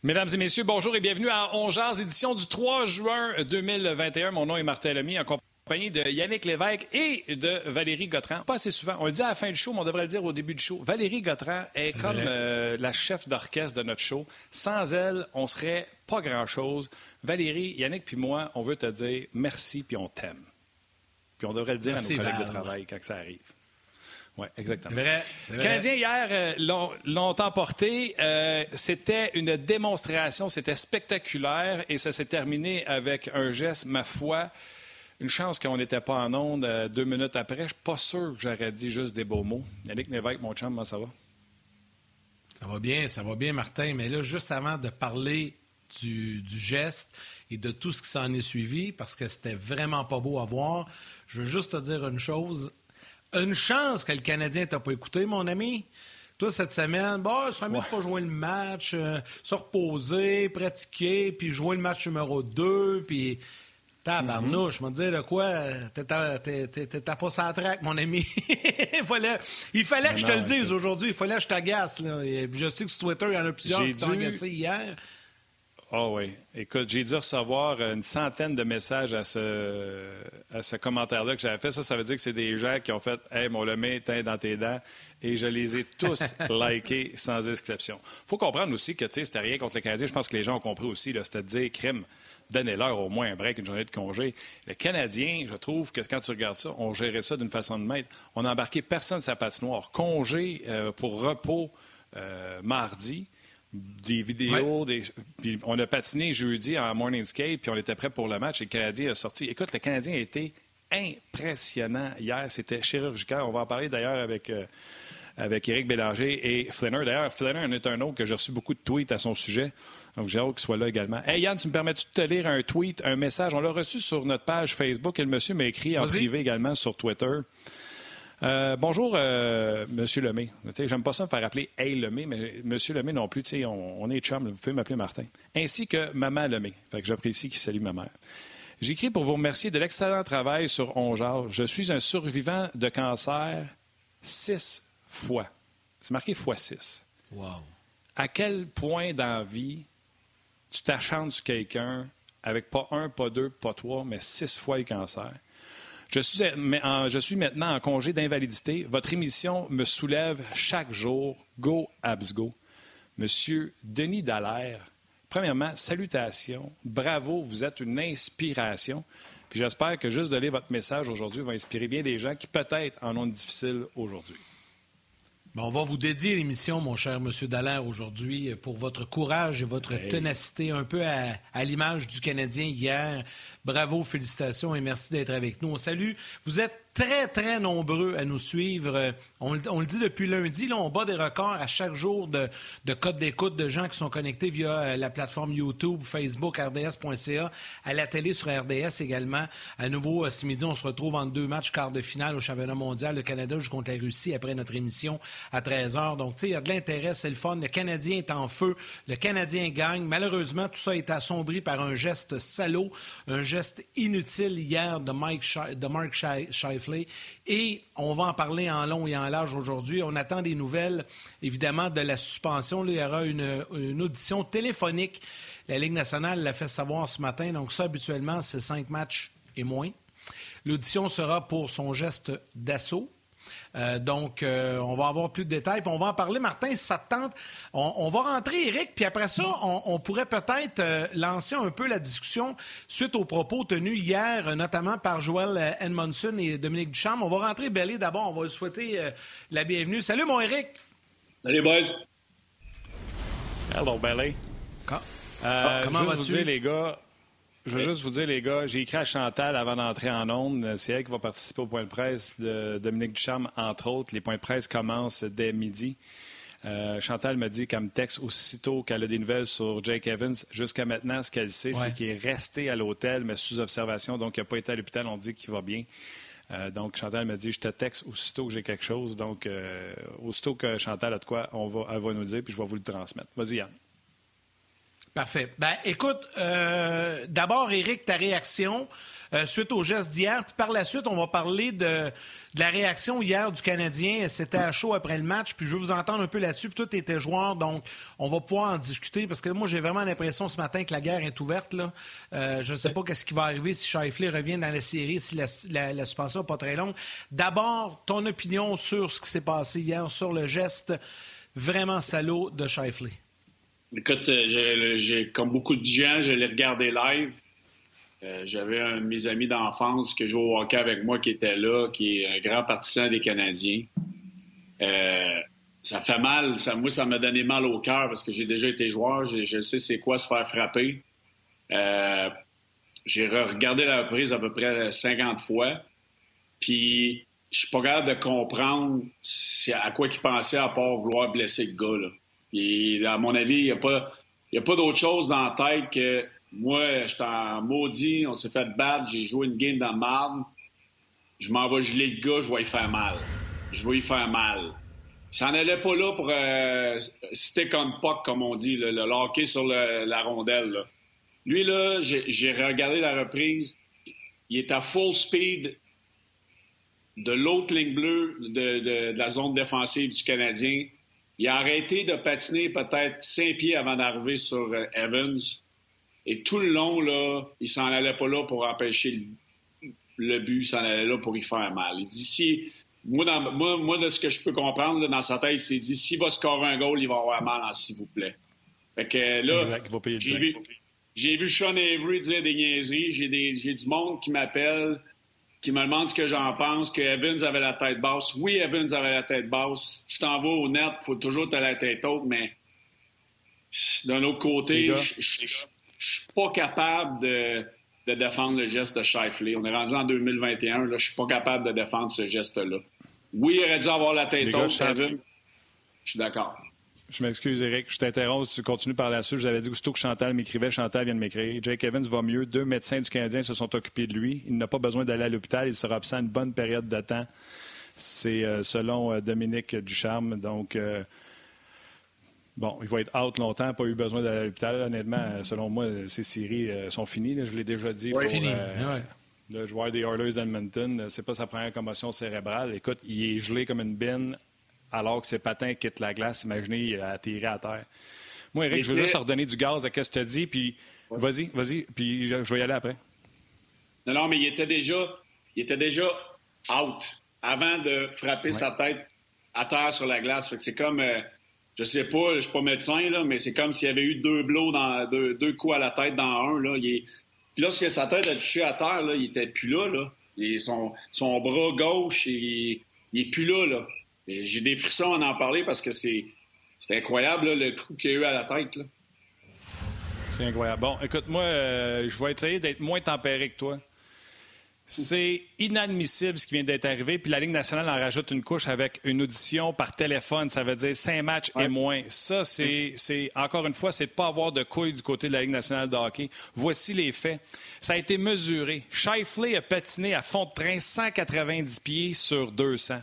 Mesdames et messieurs, bonjour et bienvenue à On Jase, édition du 3 juin 2021. Mon nom est Martin Lemay, en compagnie de Yannick Lévesque et de Valérie Gautran. Pas assez souvent. On le dit à la fin du show, mais on devrait le dire au début du show. Valérie Gautran est comme la chef d'orchestre de notre show. Sans elle, on serait pas grand-chose. Valérie, Yannick puis moi, on veut te dire merci puis on t'aime. Puis on devrait le dire à nos collègues de travail quand ça arrive. Oui, exactement. C'est vrai. Les Canadiens, hier, l'ont emporté. C'était une démonstration, c'était spectaculaire et ça s'est terminé avec un geste, ma foi. Une chance qu'on n'était pas en onde 2 minutes après. Je ne suis pas sûr que j'aurais dit juste des beaux mots. Yannick Lévesque, mon chum, comment ça va? Ça va bien, Martin. Mais là, juste avant de parler du geste et de tout ce qui s'en est suivi, parce que c'était vraiment pas beau à voir, je veux juste te dire une chose. Une chance que le Canadien t'a pas écouté, mon ami. Toi, cette semaine, ça mieux de pas jouer le match, se reposer, pratiquer, puis jouer le match numéro 2, puis tabarnouche, je vais te dire de quoi, t'étais pas sans traque, mon ami. il fallait que je te le dise aujourd'hui, il fallait que je t'agace. Là. Et je sais que sur Twitter, il y en a plusieurs qui t'ont agacé hier. Oh oui. Écoute, j'ai dû recevoir une centaine de messages à ce commentaire-là que j'avais fait. Ça veut dire que c'est des gens qui ont fait « Hey, mon Lemay, t'es dans tes dents ». Et je les ai tous likés sans exception. Il faut comprendre aussi que c'était rien contre le Canadien. Je pense que les gens ont compris aussi. C'était de dire « Crime, donnez-leur au moins un break, une journée de congé ». Le Canadien, je trouve que quand tu regardes ça, on gérait ça d'une façon de maître. On n'a embarqué personne sur sa patinoire. Congé pour repos mardi. Des vidéos, puis on a patiné jeudi en morning skate, puis on était prêt pour le match et le Canadien a sorti. Écoute, le Canadien a été impressionnant hier, c'était chirurgical. On va en parler d'ailleurs avec Éric Bélanger et Flinner. D'ailleurs, Flinner en est un autre que j'ai reçu beaucoup de tweets à son sujet, donc j'ai hâte qu'il soit là également. Hey Yann, tu me permets-tu de te lire un tweet, un message? On l'a reçu sur notre page Facebook et le monsieur m'a écrit en privé également sur Twitter. Bonjour, M. Lemay. J'aime pas ça me faire appeler Hey Lemay, mais M. Lemay non plus. On est chum, vous pouvez m'appeler Martin. Ainsi que Maman Lemay. Fait que j'apprécie qu'il salue ma mère. J'écris pour vous remercier de l'excellent travail sur On Jase. Je suis un survivant de cancer 6 fois. C'est marqué x6. Wow. À quel point dans la vie tu t'acharnes sur quelqu'un avec pas 1, pas 2, pas 3, mais 6 fois le cancer? Je suis maintenant en congé d'invalidité. Votre émission me soulève chaque jour. Go, Abs, go. Monsieur Denis Dallaire, premièrement, salutations. Bravo, vous êtes une inspiration. Puis j'espère que juste de lire votre message aujourd'hui va inspirer bien des gens qui peut-être en ont une difficile aujourd'hui. Bon, on va vous dédier l'émission, mon cher Monsieur Dallaire, aujourd'hui, pour votre courage et votre ténacité, un peu à l'image du Canadien hier. Bravo, félicitations et merci d'être avec nous. On salue. Vous êtes très, très nombreux à nous suivre. On le dit depuis lundi, là, on bat des records à chaque jour de codes d'écoute de gens qui sont connectés via la plateforme YouTube, Facebook, RDS.ca, à la télé sur RDS également. À nouveau, ce midi, on se retrouve en 2 matchs quart de finale au championnat mondial. Le Canada joue contre la Russie après notre émission à 13h. Donc, tu sais, il y a de l'intérêt, c'est le fun. Le Canadien est en feu. Le Canadien gagne. Malheureusement, tout ça est assombri par un geste salaud, un geste inutile hier de Mark Scheifele. Et on va en parler en long et en large aujourd'hui. On attend des nouvelles, évidemment, de la suspension. Là, il y aura une audition téléphonique. La Ligue nationale l'a fait savoir ce matin. Donc ça, habituellement, c'est 5 matchs et moins. L'audition sera pour son geste d'assaut. Donc, on va avoir plus de détails. Puis on va en parler, Martin, si ça te tente. On va rentrer, Éric, puis après ça, on pourrait peut-être lancer un peu la discussion suite aux propos tenus hier, notamment par Joel Edmondson et Dominique Ducharme. On va rentrer Belly d'abord. On va lui souhaiter la bienvenue. Salut, mon Éric! Salut, boys! Hello, Belly. Comment vas-tu? Je veux juste vous dire, les gars, j'ai écrit à Chantal avant d'entrer en ondes. C'est elle qui va participer au point de presse de Dominique Ducharme, entre autres. Les points de presse commencent dès midi. Chantal m'a dit qu'elle me texte aussitôt qu'elle a des nouvelles sur Jake Evans. Jusqu'à maintenant, ce qu'elle sait, c'est qu'il est resté à l'hôtel, mais sous observation. Donc, il n'a pas été à l'hôpital. On dit qu'il va bien. Donc, Chantal m'a dit, je te texte aussitôt que j'ai quelque chose. Donc, aussitôt que Chantal a de quoi, elle va nous le dire, puis je vais vous le transmettre. Vas-y, Yann. Parfait. Ben, écoute, d'abord, Éric, ta réaction suite au geste d'hier. Puis par la suite, on va parler de la réaction hier du Canadien. C'était à chaud après le match. Puis je veux vous entendre un peu là-dessus. Puis toi, tu étais joueur, donc on va pouvoir en discuter. Parce que moi, j'ai vraiment l'impression ce matin que la guerre est ouverte. Là. Je ne sais pas qu'est-ce qui va arriver si Scheifele revient dans la série, si la suspension n'est pas très longue. D'abord, ton opinion sur ce qui s'est passé hier, sur le geste vraiment salaud de Scheifele. Écoute, comme beaucoup de gens, je l'ai regardé live. J'avais un de mes amis d'enfance qui joue au hockey avec moi qui était là, qui est un grand partisan des Canadiens. Ça fait mal. Moi, ça m'a donné mal au cœur parce que j'ai déjà été joueur. Je sais c'est quoi se faire frapper. J'ai regardé la reprise à peu près 50 fois. Puis, je suis pas capable de comprendre à quoi il pensait à part vouloir blesser le gars, là. Et à mon avis, il n'y a pas d'autre chose dans la tête que moi, j'étais en maudit, on s'est fait battre, j'ai joué une game dans le marde, je m'en vais geler le gars, je vais y faire mal. Il s'en allait pas là pour stick on puck, comme on dit, le hockey sur la rondelle. Là. Lui, là, j'ai regardé la reprise, il est à full speed de l'autre ligne bleue de la zone défensive du Canadien. Il a arrêté de patiner peut-être 5 pieds avant d'arriver sur Evans. Et tout le long, là, il s'en allait pas là pour empêcher le but, il s'en allait là pour y faire mal. Il dit, moi, de ce que je peux comprendre, là, dans sa tête, il s'est dit, s'il va scorer un goal, il va avoir mal, s'il vous plaît. Fait que là, exact, il va payer j'ai vu Sean Avery dire des niaiseries, j'ai du monde qui m'appelle, qui me demande ce que j'en pense, que Evans avait la tête basse. Oui, Evans avait la tête basse. Si tu t'en vas au net, il faut toujours t'as la tête haute, mais d'un autre côté, je suis pas capable de défendre le geste de Scheifele. On est rendu en 2021, là, je suis pas capable de défendre ce geste-là. Oui, il aurait dû avoir la tête haute, Evans. Je suis d'accord. Je m'excuse, Éric. Je t'interromps. Tu continues par la suite. J'avais dit aussitôt que Chantal m'écrivait. Chantal vient de m'écrire. Jake Evans va mieux. 2 médecins du Canadien se sont occupés de lui. Il n'a pas besoin d'aller à l'hôpital. Il sera absent une bonne période de temps. C'est selon Dominique Ducharme. Donc, il va être out longtemps. Pas eu besoin d'aller à l'hôpital. Honnêtement, selon moi, ces séries sont finies. Là. Je l'ai déjà dit. Oui, fini. Le joueur des Oilers d'Edmonton, c'est pas sa première commotion cérébrale. Écoute, il est gelé comme une bine. Alors que ses patins quittent la glace, imaginez, il a atterri à terre. Moi, Éric, je veux juste redonner du gaz à ce que tu as dit, puis vas-y, puis je vais y aller après. Non, mais il était déjà out avant de frapper sa tête à terre sur la glace. Fait que c'est comme, je sais pas, je suis pas médecin, là, mais c'est comme s'il y avait eu 2 blows, deux coups à la tête dans un. Là. Puis lorsque sa tête a touché à terre, là, il était plus là. Son bras gauche, il est plus là. Et j'ai des frissons à en parler parce que c'est incroyable, là, le coup qu'il y a eu à la tête. Là. C'est incroyable. Bon, écoute, moi, je vais essayer d'être moins tempéré que toi. C'est inadmissible ce qui vient d'être arrivé. Puis la Ligue nationale en rajoute une couche avec une audition par téléphone. Ça veut dire 5 matchs et moins. Ça, c'est encore une fois, c'est de ne pas avoir de couilles du côté de la Ligue nationale de hockey. Voici les faits. Ça a été mesuré. Scheifele a patiné à fond de train 190 pieds sur 200.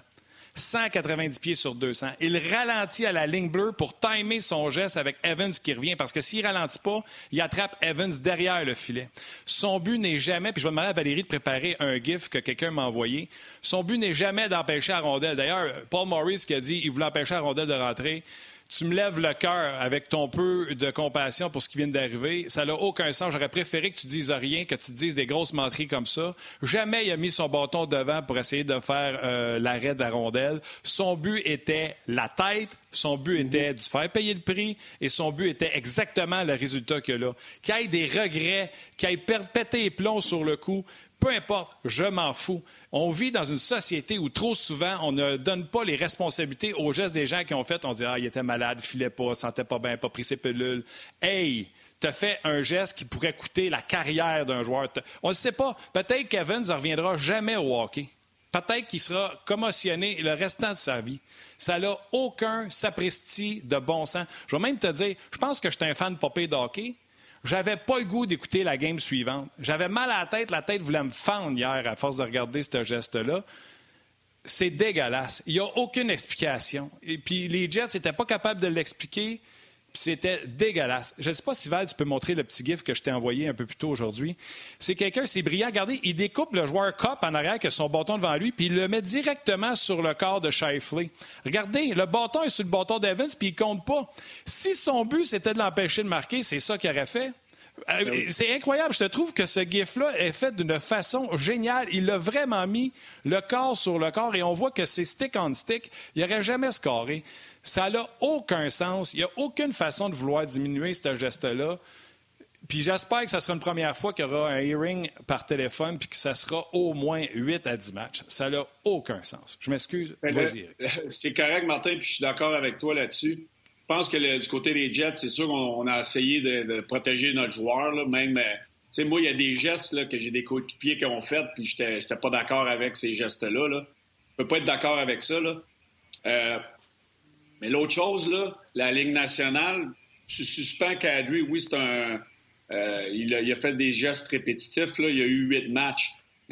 190 pieds sur 200. Il ralentit à la ligne bleue pour timer son geste avec Evans qui revient. Parce que s'il ralentit pas, il attrape Evans derrière le filet. Son but n'est jamais, puis je vais demander à Valérie de préparer un gif que quelqu'un m'a envoyé, son but n'est jamais d'empêcher la rondelle. D'ailleurs, Paul Maurice qui a dit qu'il voulait empêcher la rondelle de rentrer. Tu me lèves le cœur avec ton peu de compassion pour ce qui vient d'arriver. Ça n'a aucun sens. J'aurais préféré que tu dises rien, que tu dises des grosses menteries comme ça. Jamais il a mis son bâton devant pour essayer de faire l'arrêt de la rondelle. Son but était la tête, son but était de faire payer le prix et son but était exactement le résultat qu'il y a là. Qu'il y ait des regrets, qu'il ait pété les plombs sur le coup, peu importe, je m'en fous. On vit dans une société où trop souvent, on ne donne pas les responsabilités aux gestes des gens qui ont fait. On dit « Ah, il était malade, filait pas, sentait pas bien, pas pris ses pilules. » Hey, t'as fait un geste qui pourrait coûter la carrière d'un joueur. On ne sait pas. Peut-être qu'Evans ne reviendra jamais au hockey. Peut-être qu'il sera commotionné le restant de sa vie. Ça n'a aucun sapristi de bon sens. Je vais même te dire, je pense que je suis un fan popé de hockey. J'avais pas le goût d'écouter la game suivante. J'avais mal à la tête voulait me fendre hier à force de regarder ce geste-là. C'est dégueulasse. Il n'y a aucune explication. Et puis les Jets n'étaient pas capables de l'expliquer. puis c'était dégueulasse. Je ne sais pas si Val, tu peux montrer le petit gif que je t'ai envoyé un peu plus tôt aujourd'hui. C'est quelqu'un, c'est brillant. Regardez, il découpe le joueur Copp en arrière qui a son bâton devant lui, puis il le met directement sur le corps de Scheifele. Regardez, le bâton est sur le bâton d'Evans, puis il compte pas. Si son but, c'était de l'empêcher de marquer, c'est ça qu'il aurait fait. C'est incroyable. Je te trouve que ce gif-là est fait d'une façon géniale. Il a vraiment mis le corps sur le corps et on voit que c'est stick on stick. Il n'aurait jamais scoré. Ça n'a aucun sens. Il n'y a aucune façon de vouloir diminuer ce geste-là. Puis j'espère que ça sera une première fois qu'il y aura un hearing par téléphone puis que ça sera au moins 8 à 10 matchs. Ça n'a aucun sens. Je m'excuse. Vas-y. C'est correct, Martin, puis je suis d'accord avec toi là-dessus. Je pense que du côté des Jets, c'est sûr qu'on a essayé de protéger notre joueur. Là. Même, tu sais, moi, il y a des gestes là, que j'ai des coéquipiers qui ont fait, puis j'étais pas d'accord avec ces gestes-là. Là. Je peux pas être d'accord avec ça. Là. Mais l'autre chose, là, la Ligue nationale, tu suspends Kadri, oui, c'est un... il a fait des gestes répétitifs. Là. Il y a eu 8 matchs.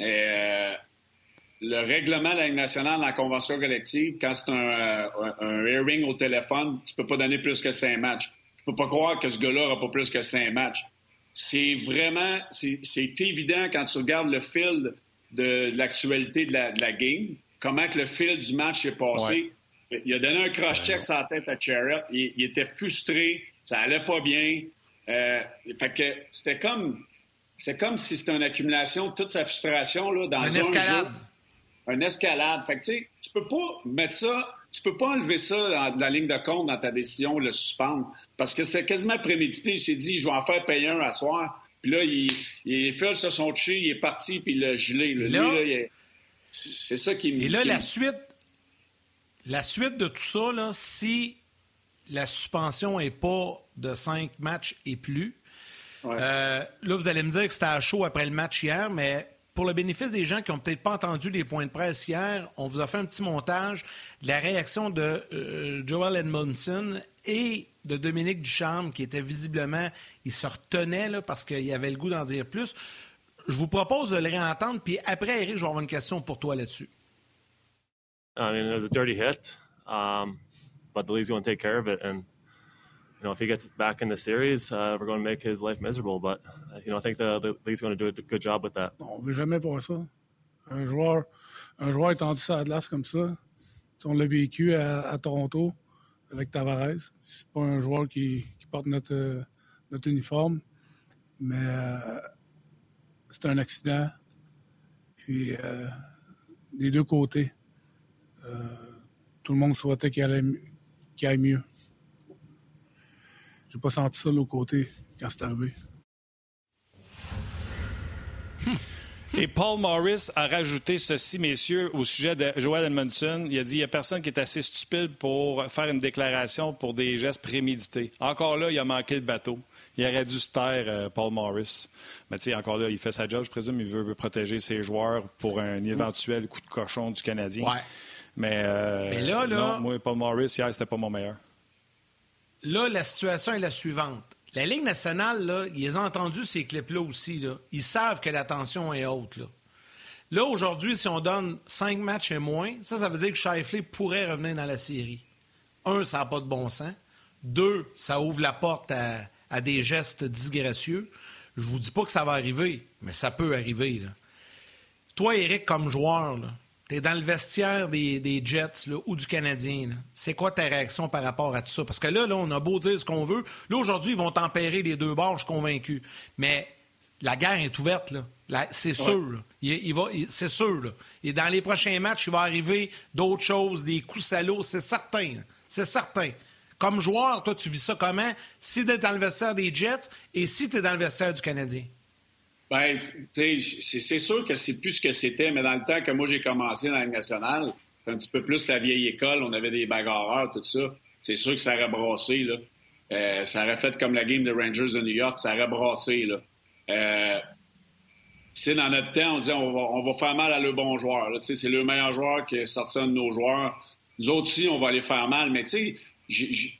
Le règlement de la Ligue nationale dans la convention collective, quand c'est un hearing au téléphone, tu peux pas donner plus que 5 matchs. Tu peux pas croire que ce gars-là n'aura pas plus que 5 matchs. C'est vraiment... C'est évident quand tu regardes le fil de l'actualité de la game, comment que le fil du match est passé. Ouais. Il a donné un cross-check sur la tête à Jarrett. Il était frustré. Ça allait pas bien. Fait que c'était comme... C'est comme si c'était une accumulation de toute sa frustration là, dans une escalade. Une escalade. Fait que, tu sais, tu peux pas mettre ça, tu peux pas enlever ça de la ligne de compte dans ta décision, le suspendre. Parce que c'était quasiment prémédité. Il s'est dit, je vais en faire payer un à soir. Puis là, les fils se sont touchés, il est parti, puis il a gelé. Là, c'est ça qui me... Et là, la suite de tout ça, là, si la suspension n'est pas de 5 matchs et plus, là, vous allez me dire que c'était à chaud après le match hier, mais pour le bénéfice des gens qui n'ont peut-être pas entendu les points de presse hier, on vous a fait un petit montage de la réaction de Joel Edmondson et de Dominique Ducharme, qui était visiblement, il se retenait là, parce qu'il avait le goût d'en dire plus. Je vous propose de le réentendre, puis après, Eric, je vais avoir une question pour toi là-dessus. I mean, it was a dirty hit, but the league's going to take care of it. And, you know, if he gets back in the series, we're going to make his life miserable. But, you know, I think the league's going to do a good job with that. On ne veut jamais voir ça. Un joueur étendu sur la glace comme ça, on l'a vécu à Toronto avec Tavares. C'est pas un joueur qui porte notre uniforme, mais c'est un accident. Puis, des deux côtés, tout le monde souhaitait qu'il aille mieux. J'ai pas senti ça de l'autre côté quand c'est arrivé. Et Paul Maurice a rajouté ceci, messieurs, au sujet de Joel Edmondson. Il a dit qu'il n'y a personne qui est assez stupide pour faire une déclaration pour des gestes prémédités. Encore là, il a manqué le bateau. Il aurait dû se taire, Paul Maurice. Mais tu sais, encore là, il fait sa job, je présume. Il veut protéger ses joueurs pour un éventuel coup de cochon du Canadien. Ouais. Mais là... Non, moi, Paul Maurice, hier, c'était pas mon meilleur. Là, la situation est la suivante. La Ligue nationale, là, ils ont entendu ces clips-là aussi. Là. Ils savent que la tension est haute. Là, aujourd'hui, si on donne 5 matchs et moins, ça veut dire que Scheifele pourrait revenir dans la série. 1, ça n'a pas de bon sens. 2, ça ouvre la porte à des gestes disgracieux. Je vous dis pas que ça va arriver, mais ça peut arriver. Là. Toi, Éric, comme joueur, tu es dans le vestiaire des Jets là, ou du Canadien. Là. C'est quoi ta réaction par rapport à tout ça? Parce que là, on a beau dire ce qu'on veut. Là, aujourd'hui, ils vont tempérer les deux bords, je suis convaincu. Mais la guerre est ouverte, là. C'est sûr. Là. C'est sûr. Là. Et dans les prochains matchs, il va arriver d'autres choses, des coups salauds. C'est certain. Là. C'est certain. Comme joueur, toi, tu vis ça comment? Si tu es dans le vestiaire des Jets et si tu es dans le vestiaire du Canadien? Bien, tu sais, c'est sûr que c'est plus ce que c'était, mais dans le temps que moi, j'ai commencé dans la Ligue nationale, c'est un petit peu plus la vieille école. On avait des bagarreurs, tout ça. C'est sûr que ça aurait brassé, là. Ça aurait fait comme la game de Rangers de New York, ça aurait brassé, là. Tu sais, dans notre temps, on disait on va faire mal à le bon joueur. Tu sais, c'est le meilleur joueur qui est sorti un de nos joueurs. Nous autres aussi, on va aller faire mal. Mais tu sais,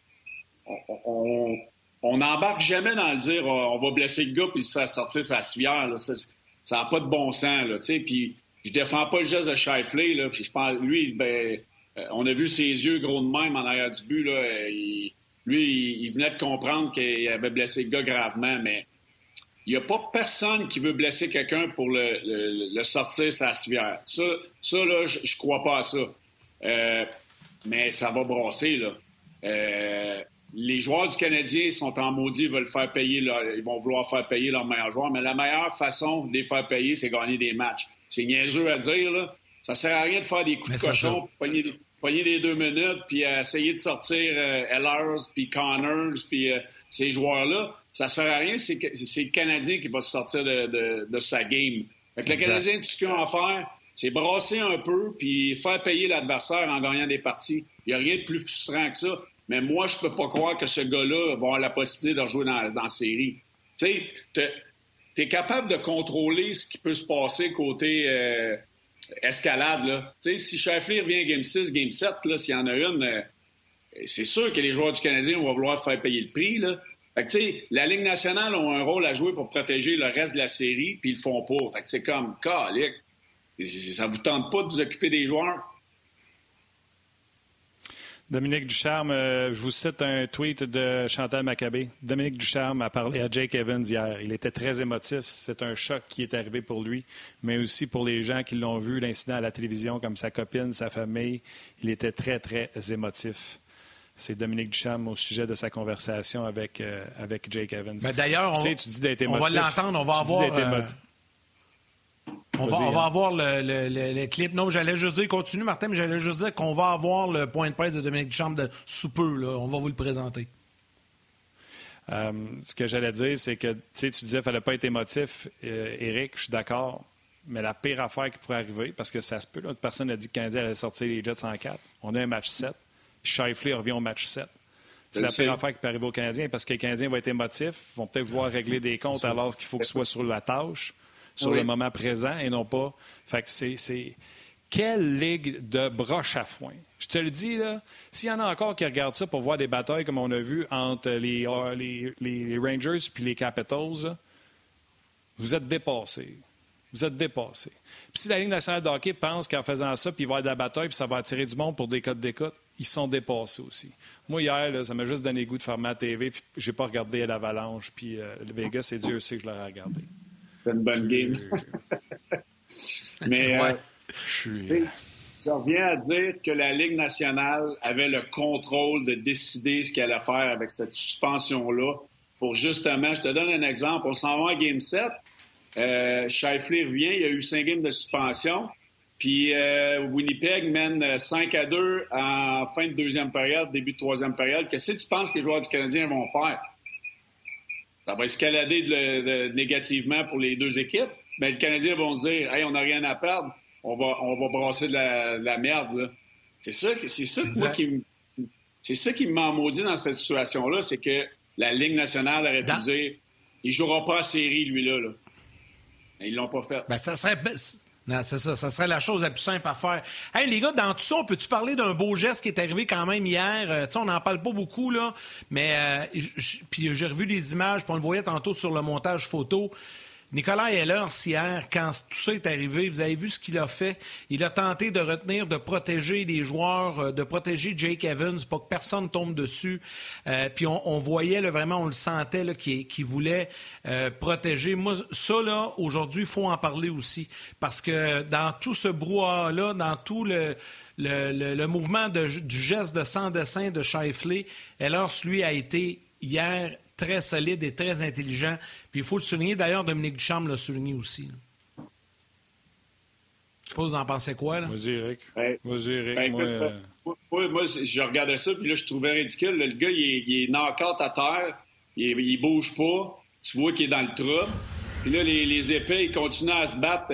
on n'embarque jamais dans le dire on va blesser le gars puis ça va sortir sa civière. Là. Ça n'a pas de bon sens. Là, tu sais. Puis je défends pas le geste de Scheifele. Là, puis je pense, lui, on a vu ses yeux gros de même en arrière du but. Là, Lui, il venait de comprendre qu'il avait blessé le gars gravement, mais il n'y a pas personne qui veut blesser quelqu'un pour le sortir sa civière. Ça là, je crois pas à ça. Mais ça va brasser, là. Les joueurs du Canadien sont en maudit, ils vont vouloir faire payer leurs meilleurs joueurs, mais la meilleure façon de les faire payer, c'est gagner des matchs. C'est niaiseux à dire, là. Ça sert à rien de faire des coups de cochon, puis pogner des 2 minutes, puis essayer de sortir Ehlers, puis Connors, puis ces joueurs-là. Ça sert à rien, c'est le Canadien qui va se sortir de sa game. Fait que le Canadien, tout ce qu'il a à faire, c'est brasser un peu, puis faire payer l'adversaire en gagnant des parties. Il n'y a rien de plus frustrant que ça. Mais moi, je peux pas croire que ce gars-là va avoir la possibilité de rejouer dans la série. Tu sais, t'es capable de contrôler ce qui peut se passer côté escalade, là. Tu sais, si Scheifele revient Game 6, Game 7, là, s'il y en a une, c'est sûr que les joueurs du Canadien vont vouloir faire payer le prix, là. Fait que, tu sais, la Ligue nationale a un rôle à jouer pour protéger le reste de la série, puis ils le font pas. Fait que c'est comme, calique. Ça vous tente pas de vous occuper des joueurs? Dominique Ducharme, je vous cite un tweet de Chantal Maccabé. Dominique Ducharme a parlé à Jake Evans hier. Il était très émotif. C'est un choc qui est arrivé pour lui, mais aussi pour les gens qui l'ont vu, l'incident à la télévision, comme sa copine, sa famille. Il était très, très émotif. C'est Dominique Ducharme au sujet de sa conversation avec Jake Evans. Mais d'ailleurs, tu dis d'être émotif. On va l'entendre, on va avoir... On va avoir le clip. Non, j'allais juste dire, continue Martin, mais j'allais juste dire qu'on va avoir le point de presse de Dominique Ducharme sous peu. Là. On va vous le présenter. Ce que j'allais dire, c'est que tu disais qu'il ne fallait pas être émotif. Éric, je suis d'accord. Mais la pire affaire qui pourrait arriver, parce que ça se peut, là, personne n'a dit que le Canadien allait sortir les Jets en 4. On a un match 7. Scheifele revient au match 7. C'est la pire affaire qui peut arriver aux Canadiens parce que les Canadiens vont être émotifs, vont peut-être vouloir régler des comptes alors qu'il faut qu'ils soient sur la tâche, sur le moment présent et non pas. Fait que c'est quelle ligue de broche à foin. Je te le dis, là, s'il y en a encore qui regardent ça pour voir des batailles comme on a vu entre les Rangers puis les Capitals, là, vous êtes dépassés. Vous êtes dépassés. Puis si la Ligue nationale de hockey pense qu'en faisant ça, puis il va y avoir de la bataille, puis ça va attirer du monde pour des codes d'écoute, ils sont dépassés aussi. Moi, hier, là, ça m'a juste donné le goût de fermer la TV, puis j'ai pas regardé l'Avalanche, puis le Vegas, et Dieu sait que je l'aurais regardé. C'est une bonne game. Mais je reviens à dire que la Ligue nationale avait le contrôle de décider ce qu'elle allait faire avec cette suspension-là pour justement, je te donne un exemple, on s'en va à Game 7, Scheifele revient, il y a eu 5 games de suspension, puis Winnipeg mène 5-2 en fin de deuxième période, début de troisième période. Qu'est-ce que tu penses que les joueurs du Canadien vont faire? Ça va escalader négativement pour les deux équipes, mais les Canadiens vont se dire « Hey, on n'a rien à perdre, on va brasser de la merde. » là. C'est ça qui me maudit dans cette situation-là, c'est que la Ligue nationale aurait pu dire « Il ne jouera pas en série, lui-là. » Là. Mais ils l'ont pas fait. Ben, ça serait... Non, c'est ça. Ça serait la chose la plus simple à faire. Hey, les gars, dans tout ça, on peut-tu parler d'un beau geste qui est arrivé quand même hier? On n'en parle pas beaucoup, là, mais puis j'ai revu les images, puis on le voyait tantôt sur le montage photo. Nicolas Ehlers, hier, quand tout ça est arrivé, vous avez vu ce qu'il a fait? Il a tenté de retenir, de protéger les joueurs, de protéger Jake Evans, pas que personne tombe dessus. Puis on voyait, là, vraiment, on le sentait là, qu'il voulait protéger. Moi, ça, là, aujourd'hui, il faut en parler aussi. Parce que dans tout ce brouhaha-là, dans tout le mouvement du geste de sans-dessin de Scheifele, Ehlers, lui, a été hier très solide et très intelligent. Puis il faut le souligner. D'ailleurs, Dominique Ducharme l'a souligné aussi. Là. Je sais pas, vous en pensez quoi, là? Vas-y, Eric. Vas-y, Eric. Ben, moi, je regardais ça, puis là, je trouvais ridicule. Là, le gars, il est knock-out à terre. Il bouge pas. Tu vois qu'il est dans le trou. Puis là, les épées, ils continuent à se battre.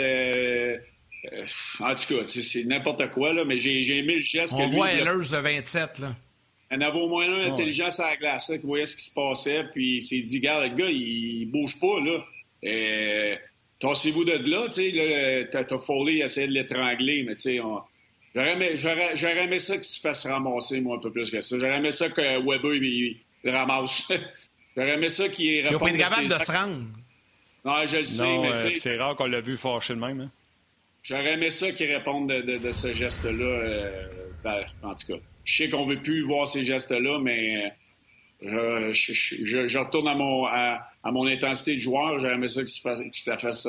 En tout cas, c'est n'importe quoi, là, mais j'ai aimé le geste. On voit Ehlers, le 27, là. Il y en avait au moins un intelligent sur la glace, là, qui voyait ce qui se passait, puis il s'est dit, regarde, le gars, il bouge pas, là. Tassez-vous de là, tu sais, t'as Foley, il essayait de l'étrangler, mais tu sais, j'aurais aimé ça qu'il se fasse ramasser, moi, un peu plus que ça. J'aurais aimé ça que Weber, il ramasse. J'aurais aimé ça qu'il réponde. Il n'a pas été capable de se rendre. Non, je le sais, mais tu sais. C'est rare qu'on l'a vu fâcher de même, hein. J'aurais aimé ça qu'il réponde de ce geste-là, en tout cas. Je sais qu'on ne veut plus voir ces gestes-là, mais Je retourne à mon intensité de joueur. J'aimerais ça que tu te fasses...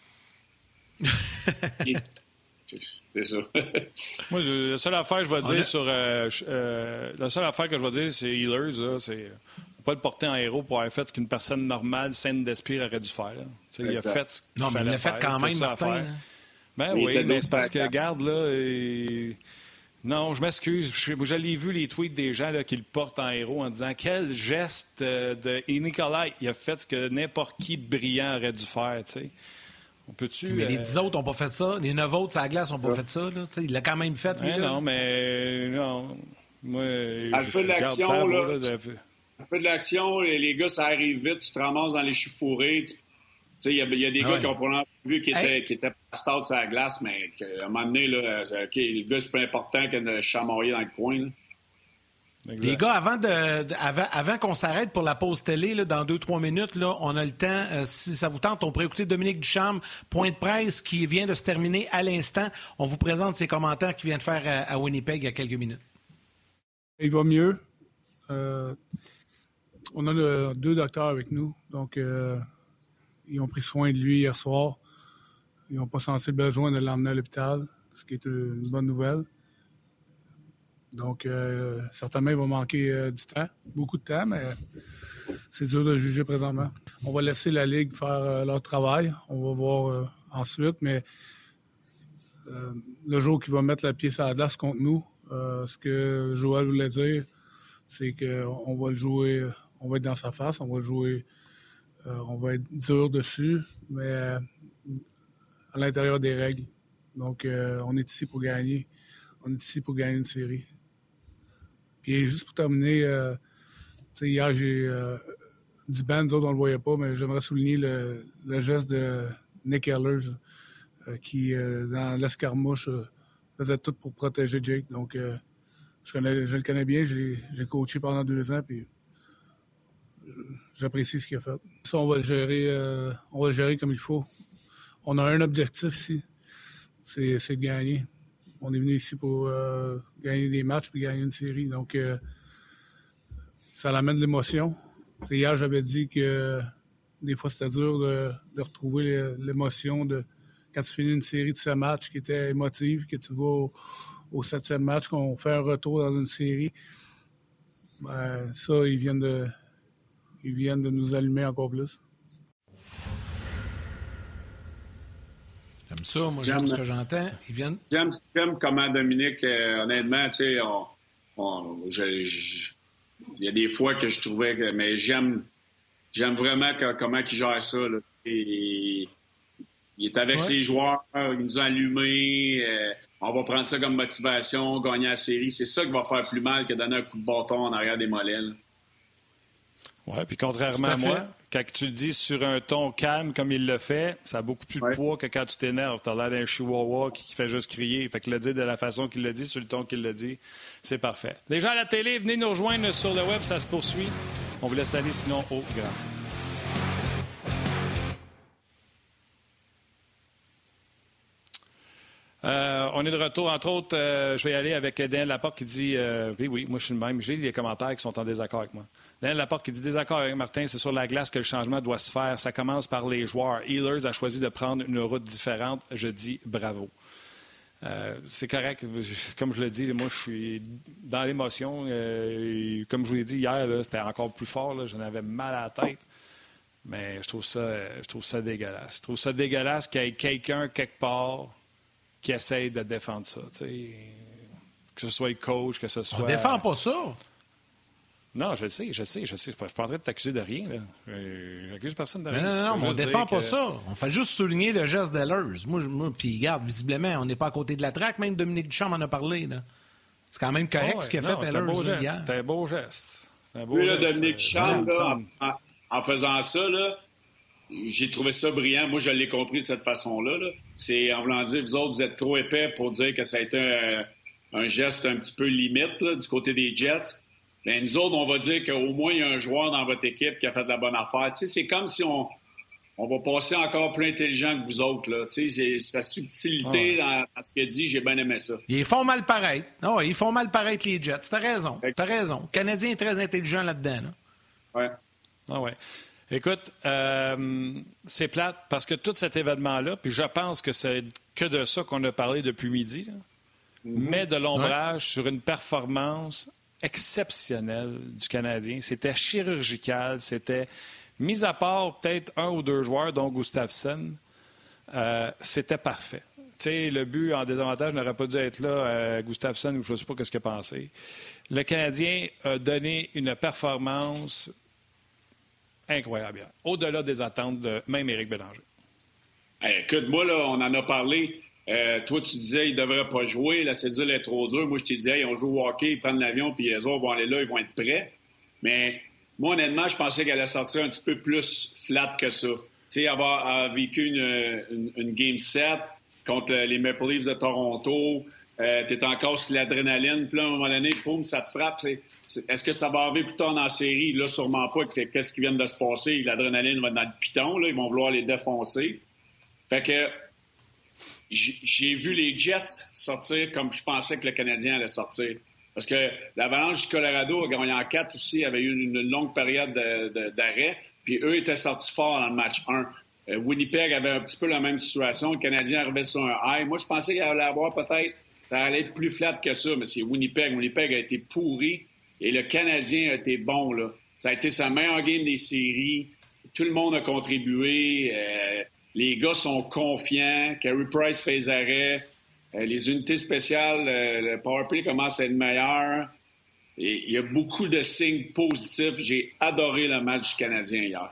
C'est ça. Moi, la seule affaire que je vais dire c'est Ehlers, là, c'est pas le porter en héros pour avoir fait ce qu'une personne normale, saine d'esprit aurait dû faire. Il a fait ce qu'il fallait mais il l'a fait faire, quand même, Martin. Hein? Ben oui, mais c'est parce que, regarde, là... Non, je m'excuse. J'allais vu les tweets des gens là, qui le portent en héros en disant quel geste de Nikolai. Il a fait ce que n'importe qui de brillant aurait dû faire, tu sais. Mais les 10 autres n'ont pas fait ça. Les 9 autres, sur la glace, n'ont pas fait ça. Là. Il l'a quand même fait, lui. Non, mais non. Moi, un peu de l'action, là. Un peu de l'action, les gars, ça arrive vite. Tu te ramasses dans les chifourés. Il y a des gars qui ont probablement vu qui étaient pas start sur la glace, mais à un moment donné, là, OK, le gars, c'est plus important que de chamoyer dans le coin. Là. Les gars, avant qu'on s'arrête pour la pause télé, là, dans 2-3 minutes, là, on a le temps. Si ça vous tente, on pourrait écouter Dominique Ducharme, point de presse qui vient de se terminer à l'instant. On vous présente ses commentaires qu'il vient de faire à Winnipeg il y a quelques minutes. Il va mieux. On a 2 docteurs avec nous, donc ils ont pris soin de lui hier soir. Ils n'ont pas senti le besoin de l'emmener à l'hôpital, ce qui est une bonne nouvelle. Donc, certainement, il va manquer du temps, beaucoup de temps, mais c'est dur de juger présentement. On va laisser la Ligue faire leur travail. On va voir ensuite, mais le jour qu'il va mettre le pied sur la glace contre nous, ce que Joël voulait dire, c'est qu'on va le jouer, on va être dans sa face, on va jouer, on va être dur dessus, mais à l'intérieur des règles. Donc, on est ici pour gagner. On est ici pour gagner une série. Puis juste pour terminer, hier, j'ai du banc, nous autres, on ne le voyait pas, mais j'aimerais souligner le geste de Nick Ehlers qui, dans l'escarmouche, faisait tout pour protéger Jake. Donc, je le connais bien, j'ai coaché pendant 2 ans, puis j'apprécie ce qu'il a fait. Ça, on va le gérer comme il faut. On a un objectif ici, c'est de gagner. On est venu ici pour gagner des matchs puis gagner une série. Donc, ça amène de l'émotion. Hier, j'avais dit que des fois, c'était dur de retrouver l'émotion de quand tu finis une série de 7 matchs qui était émotive, que tu vas au 7e match, qu'on fait un retour dans une série. Ben, ça, ils viennent de nous allumer encore plus. J'aime ça, moi, j'aime ce que j'entends. Ils viennent... J'aime comment Dominique, honnêtement, tu sais, il y a des fois que je trouvais que... Mais j'aime vraiment comment il gère ça, là. Il est avec ses joueurs, il nous a allumés, on va prendre ça comme motivation, gagner la série. C'est ça qui va faire plus mal que donner un coup de bâton en arrière des mollets, là. Oui, puis contrairement à moi, quand tu le dis sur un ton calme comme il le fait, ça a beaucoup plus de poids que quand tu t'énerves. Tu as l'air d'un chihuahua qui fait juste crier. Fait que le dire de la façon qu'il le dit, sur le ton qu'il le dit, c'est parfait. Les gens à la télé, venez nous rejoindre sur le web, ça se poursuit. On vous laisse aller sinon au grand titre. On est de retour. Entre autres, je vais y aller avec Daniel Laporte qui dit oui, moi je suis le même. J'ai les commentaires qui sont en désaccord avec moi. Daniel Laporte qui dit désaccord avec Martin, c'est sur la glace que le changement doit se faire. Ça commence par les joueurs. Ehlers a choisi de prendre une route différente. Je dis bravo. C'est correct. Comme je le dis, moi je suis dans l'émotion. Comme je vous l'ai dit hier, là, c'était encore plus fort. Là, j'en avais mal à la tête. Mais je trouve ça dégueulasse. Je trouve ça dégueulasse qu'il y ait quelqu'un quelque part qui essaye de défendre ça. T'sais. Que ce soit le coach, que ce soit... On défend pas ça. Non, je le sais. Je ne suis pas en train de t'accuser de rien. J'accuse personne de rien. Non, on ne défend pas ça. On fait juste souligner le geste d'Ehlers. Moi, puis regarde, visiblement, on n'est pas à côté de la traque. Même Dominique Ducharme en a parlé. Là. C'est quand même correct ce qu'il a fait Ehlers hier. C'était un beau geste. Dominique Ducharme, en faisant ça, là, j'ai trouvé ça brillant. Moi, je l'ai compris de cette façon-là. Là. C'est en voulant dire, vous autres, vous êtes trop épais pour dire que ça a été un geste un petit peu limite là, du côté des Jets. Bien, nous autres, on va dire qu'au moins, il y a un joueur dans votre équipe qui a fait de la bonne affaire. Tu sais, c'est comme si on va passer encore plus intelligent que vous autres. Là. Tu sais, sa subtilité dans ce qu'il dit, j'ai bien aimé ça. Ils font mal paraître. Non, ils font mal paraître les Jets. T'as raison. Le Canadien est très intelligent là-dedans. Là. Ouais. Ah ouais. Écoute, c'est plate parce que tout cet événement-là, puis je pense que c'est que de ça qu'on a parlé depuis midi, là, met de l'ombrage sur une performance exceptionnelle du Canadien. C'était chirurgical, c'était, mis à part peut-être un ou deux joueurs, dont Gustafsson, c'était parfait. Tu sais, le but en désavantage n'aurait pas dû être là, Gustafsson, ou je ne sais pas ce qu'il a pensé. Le Canadien a donné une performance incroyable, au-delà des attentes de même Éric Bélanger. Hey, écoute, moi, là, on en a parlé. Toi, tu disais qu'il ne devrait pas jouer. La cédule est trop dure. Moi, je te disais, on joue au hockey, ils prennent l'avion, puis les autres vont aller là, ils vont être prêts. Mais moi, honnêtement, je pensais qu'elle allait sortir un petit peu plus flat que ça. Tu sais, avoir vécu une Game 7 contre les Maple Leafs de Toronto, t'es encore sur l'adrénaline, puis là, à un moment donné, boum, ça te frappe. Est-ce que ça va arriver plus tard dans la série? Là, sûrement pas. Qu'est-ce qui vient de se passer? L'adrénaline va dans le piton, là, ils vont vouloir les défoncer. Fait que j'ai vu les Jets sortir comme je pensais que le Canadien allait sortir. Parce que l'Avalanche du Colorado a gagné en 4 aussi, avait eu une longue période d'arrêt, puis eux étaient sortis forts dans le match 1. Winnipeg avait un petit peu la même situation. Le Canadien arrivait sur un high. Moi, je pensais qu'il allait avoir peut-être, ça allait être plus flat que ça, mais c'est Winnipeg. Winnipeg a été pourri et le Canadien a été bon, là. Ça a été sa meilleure game des séries. Tout le monde a contribué. Les gars sont confiants. Carey Price fait les arrêts. Les unités spéciales, le powerplay commence à être meilleur. Et il y a beaucoup de signes positifs. J'ai adoré le match du Canadien hier.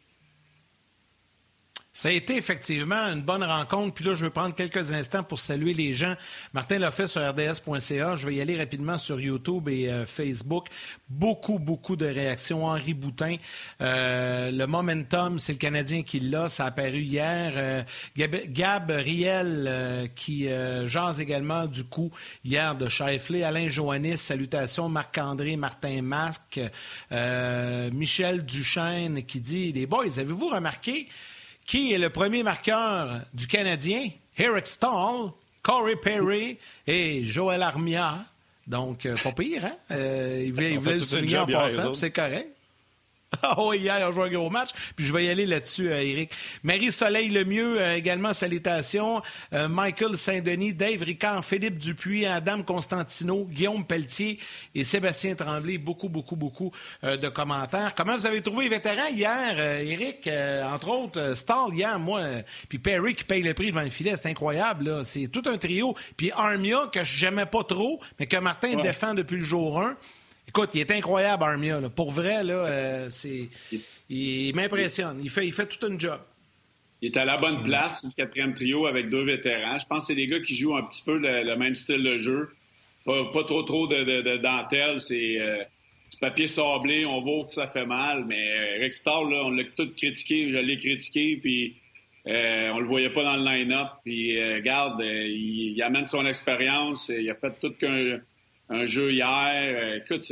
Ça a été effectivement une bonne rencontre. Puis là, je veux prendre quelques instants pour saluer les gens. Martin l'a fait sur rds.ca. Je vais y aller rapidement sur YouTube et Facebook. Beaucoup de réactions. Henri Boutin. Le momentum, c'est le Canadien qui l'a. Ça a apparu hier. Gab Riel qui jase également du coup hier de Scheifele. Alain Joannis, salutations. Marc-André, Martin Masque. Michel Duchesne qui dit « Les boys, avez-vous remarqué qui est le premier marqueur du Canadien? Eric Staal, Corey Perry et Joel Armia. » Donc, pas pire, hein? Il voulait le souligner en passant, c'est correct. Ah oui, hier, on joue un gros match. Puis je vais y aller là-dessus, Éric. Marie-Soleil Lemieux, également, salutations. Michael Saint-Denis, Dave Ricard, Philippe Dupuis, Adam Constantino, Guillaume Pelletier et Sébastien Tremblay. Beaucoup de commentaires. Comment vous avez trouvé les vétérans hier, Éric? Entre autres, Staal hier, moi, puis Perry qui paye le prix devant le filet. C'est incroyable, là. C'est tout un trio. Puis Armia, que j'aimais pas trop, mais que Martin défend depuis le jour 1. Écoute, il est incroyable, Armia. Là. Pour vrai, là, il m'impressionne. Il fait tout un job. Il est à la bonne place, le quatrième trio avec deux vétérans. Je pense que c'est des gars qui jouent un petit peu le même style de jeu. Pas trop de dentelle. C'est du papier sablé. On voit que ça fait mal. Mais Eric Staal, là, on l'a tout critiqué. Je l'ai critiqué. Puis on le voyait pas dans le line-up. Puis regarde, il amène son expérience. Il a fait tout un jeu hier. Écoute,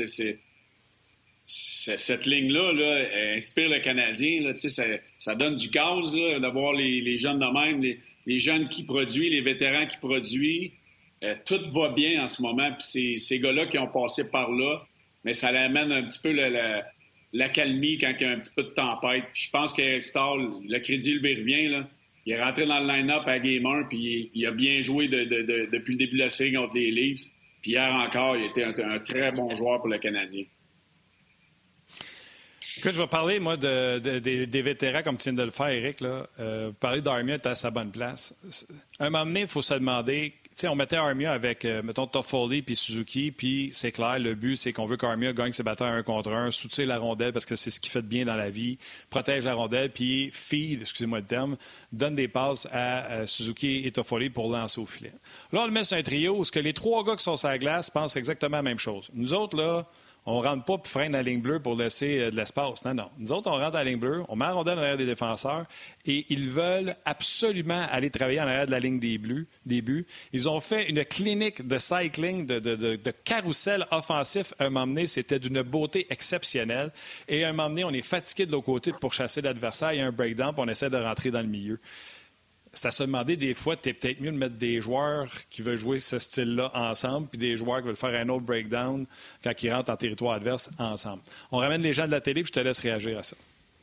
cette ligne-là là, inspire le Canadien. Là, ça donne du gaz là, d'avoir les jeunes de même, les jeunes qui produisent, les vétérans qui produisent. Tout va bien en ce moment. Puis ces gars-là qui ont passé par là, mais ça l'amène un petit peu l'accalmie quand il y a un petit peu de tempête. Puis je pense qu'Eric Staal, le crédit lui revient. Là. Il est rentré dans le line-up à Game 1, puis il a bien joué depuis le début de la série contre les Leafs. Puis hier encore, il était un très bon joueur pour le Canadien. Écoute, je vais parler, moi, des vétérans comme tu viens de le faire, Éric. Parler d'Armia, tu es à sa bonne place. À un moment donné, il faut se demander... Tu sais, on mettait Armia avec, mettons, Toffoli puis Suzuki, puis c'est clair, le but, c'est qu'on veut qu'Armia gagne ses batailles 1 contre 1, soutient la rondelle parce que c'est ce qu'il fait de bien dans la vie, protège la rondelle, puis feed, excusez-moi le terme, donne des passes à Suzuki et Toffoli pour lancer au filet. Là, on le met sur un trio où les trois gars qui sont sur la glace pensent exactement la même chose. Nous autres, là, on ne rentre pas et freine la ligne bleue pour laisser de l'espace. Non. Nous autres, on rentre à la ligne bleue, on met la rondelle en arrière des défenseurs et ils veulent absolument aller travailler en arrière de la ligne des buts. Ils ont fait une clinique de cycling, de carrousel offensif. À un moment donné, c'était d'une beauté exceptionnelle. Et à un moment donné, on est fatigué de l'autre côté pour chasser l'adversaire. Il y a un breakdown puis on essaie de rentrer dans le milieu. c'est à se demander des fois, tu es peut-être mieux de mettre des joueurs qui veulent jouer ce style-là ensemble, puis des joueurs qui veulent faire un autre breakdown quand ils rentrent en territoire adverse ensemble. On ramène les gens de la télé, puis je te laisse réagir à ça.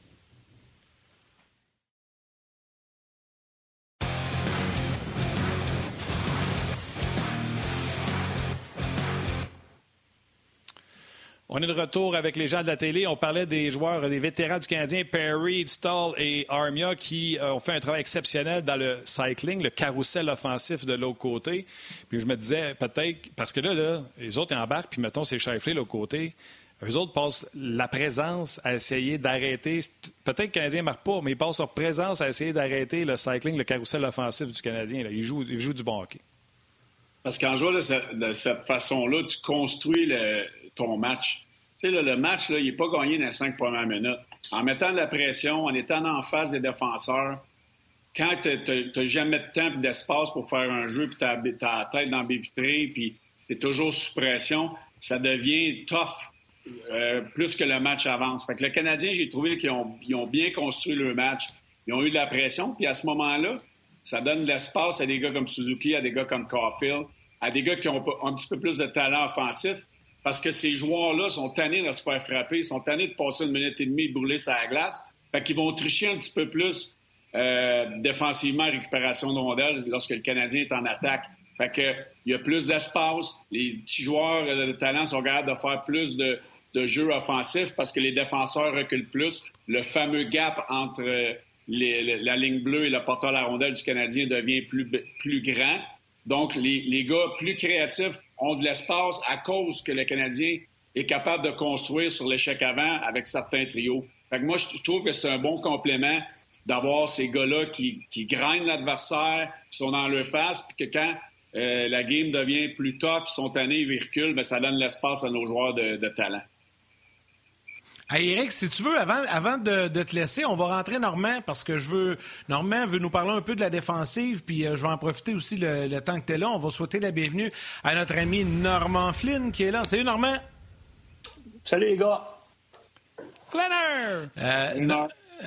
On est de retour avec les gens de la télé. On parlait des joueurs, des vétérans du Canadien, Perry, Stahl et Armia, qui ont fait un travail exceptionnel dans le cycling, le carrousel offensif de l'autre côté. Puis je me disais, peut-être, parce que là, les autres ils embarquent, puis mettons, c'est Scheifele de l'autre côté. Eux autres passent la présence à essayer d'arrêter. Peut-être que le Canadien ne marque pas, mais ils passent leur présence à essayer d'arrêter le cycling, le carrousel offensif du Canadien. Là. Ils jouent du bon hockey. Parce qu'en jouant de cette façon-là, tu construis ton match. Tu sais, là, le match, là, il n'est pas gagné dans les 5 premières minutes. En mettant de la pression, en étant en face des défenseurs, quand tu n'as jamais de temps et d'espace pour faire un jeu, puis tu as la tête dans la baie vitrée, puis tu es toujours sous pression, ça devient tough plus que le match avance. Fait que le Canadien, j'ai trouvé qu'ils ont bien construit le match. Ils ont eu de la pression, puis à ce moment-là, ça donne de l'espace à des gars comme Suzuki, à des gars comme Caulfield, à des gars qui ont un petit peu plus de talent offensif, parce que ces joueurs-là sont tannés de se faire frapper, sont tannés de passer 1 minute et demie et brûler sur la glace. Fait qu'ils vont tricher un petit peu plus défensivement en récupération de rondelles lorsque le Canadien est en attaque. Fait que il y a plus d'espace. Les petits joueurs de talent sont capables de faire plus de jeux offensifs parce que les défenseurs reculent plus. Le fameux gap entre la ligne bleue et le porteur à la rondelle du Canadien devient plus grand. Donc, les gars plus créatifs ont de l'espace à cause que le Canadien est capable de construire sur l'échec avant avec certains trios. Fait que moi, je trouve que c'est un bon complément d'avoir ces gars-là qui graignent l'adversaire, qui sont dans leur face, puis que quand la game devient plus tough, ils sont tannés, ils reculent, bien, ça donne l'espace à nos joueurs de talent. Hey Éric, si tu veux, avant de te laisser, on va rentrer Normand parce que Normand veut nous parler un peu de la défensive, puis je vais en profiter aussi le temps que tu es là. On va souhaiter la bienvenue à notre ami Normand Flynn qui est là. Salut Normand! Salut les gars! Flanner!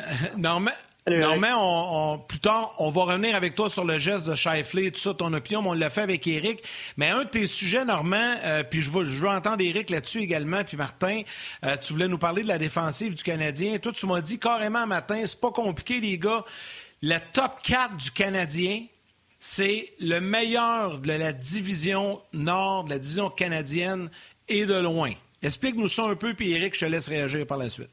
Normand, plus tard, on va revenir avec toi sur le geste de Scheifele et tout ça, ton opinion, mais on l'a fait avec Éric. Mais un de tes sujets, Normand, puis je veux entendre Éric là-dessus également, puis Martin, tu voulais nous parler de la défensive du Canadien. Toi, tu m'as dit carrément matin, c'est pas compliqué, les gars. Le top 4 du Canadien, c'est le meilleur de la division nord, de la division canadienne, et de loin. Explique-nous ça un peu, puis Éric, je te laisse réagir par la suite.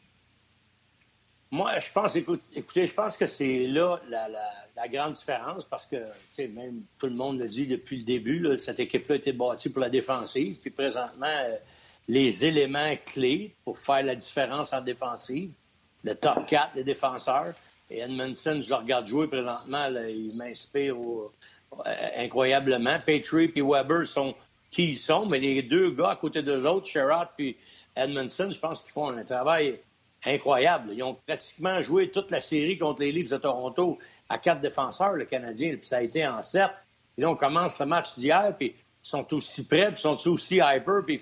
Moi, je pense, écoutez, je pense que c'est là la grande différence parce que, tu sais, même tout le monde l'a dit depuis le début, là, cette équipe-là a été bâtie pour la défensive. Puis présentement, les éléments clés pour faire la différence en défensive, le top 4 des défenseurs, et Edmondson, je le regarde jouer présentement, là, il m'inspire incroyablement. Petrie et Weber sont qui ils sont, mais les deux gars à côté d'eux autres, Sherrod et Edmondson, je pense qu'ils font un travail incroyable. Ils ont pratiquement joué toute la série contre les Leafs de Toronto à 4 défenseurs, le Canadien, puis ça a été en 7. Et là, on commence le match d'hier, puis ils sont aussi prêts, puis ils sont aussi hyper, puis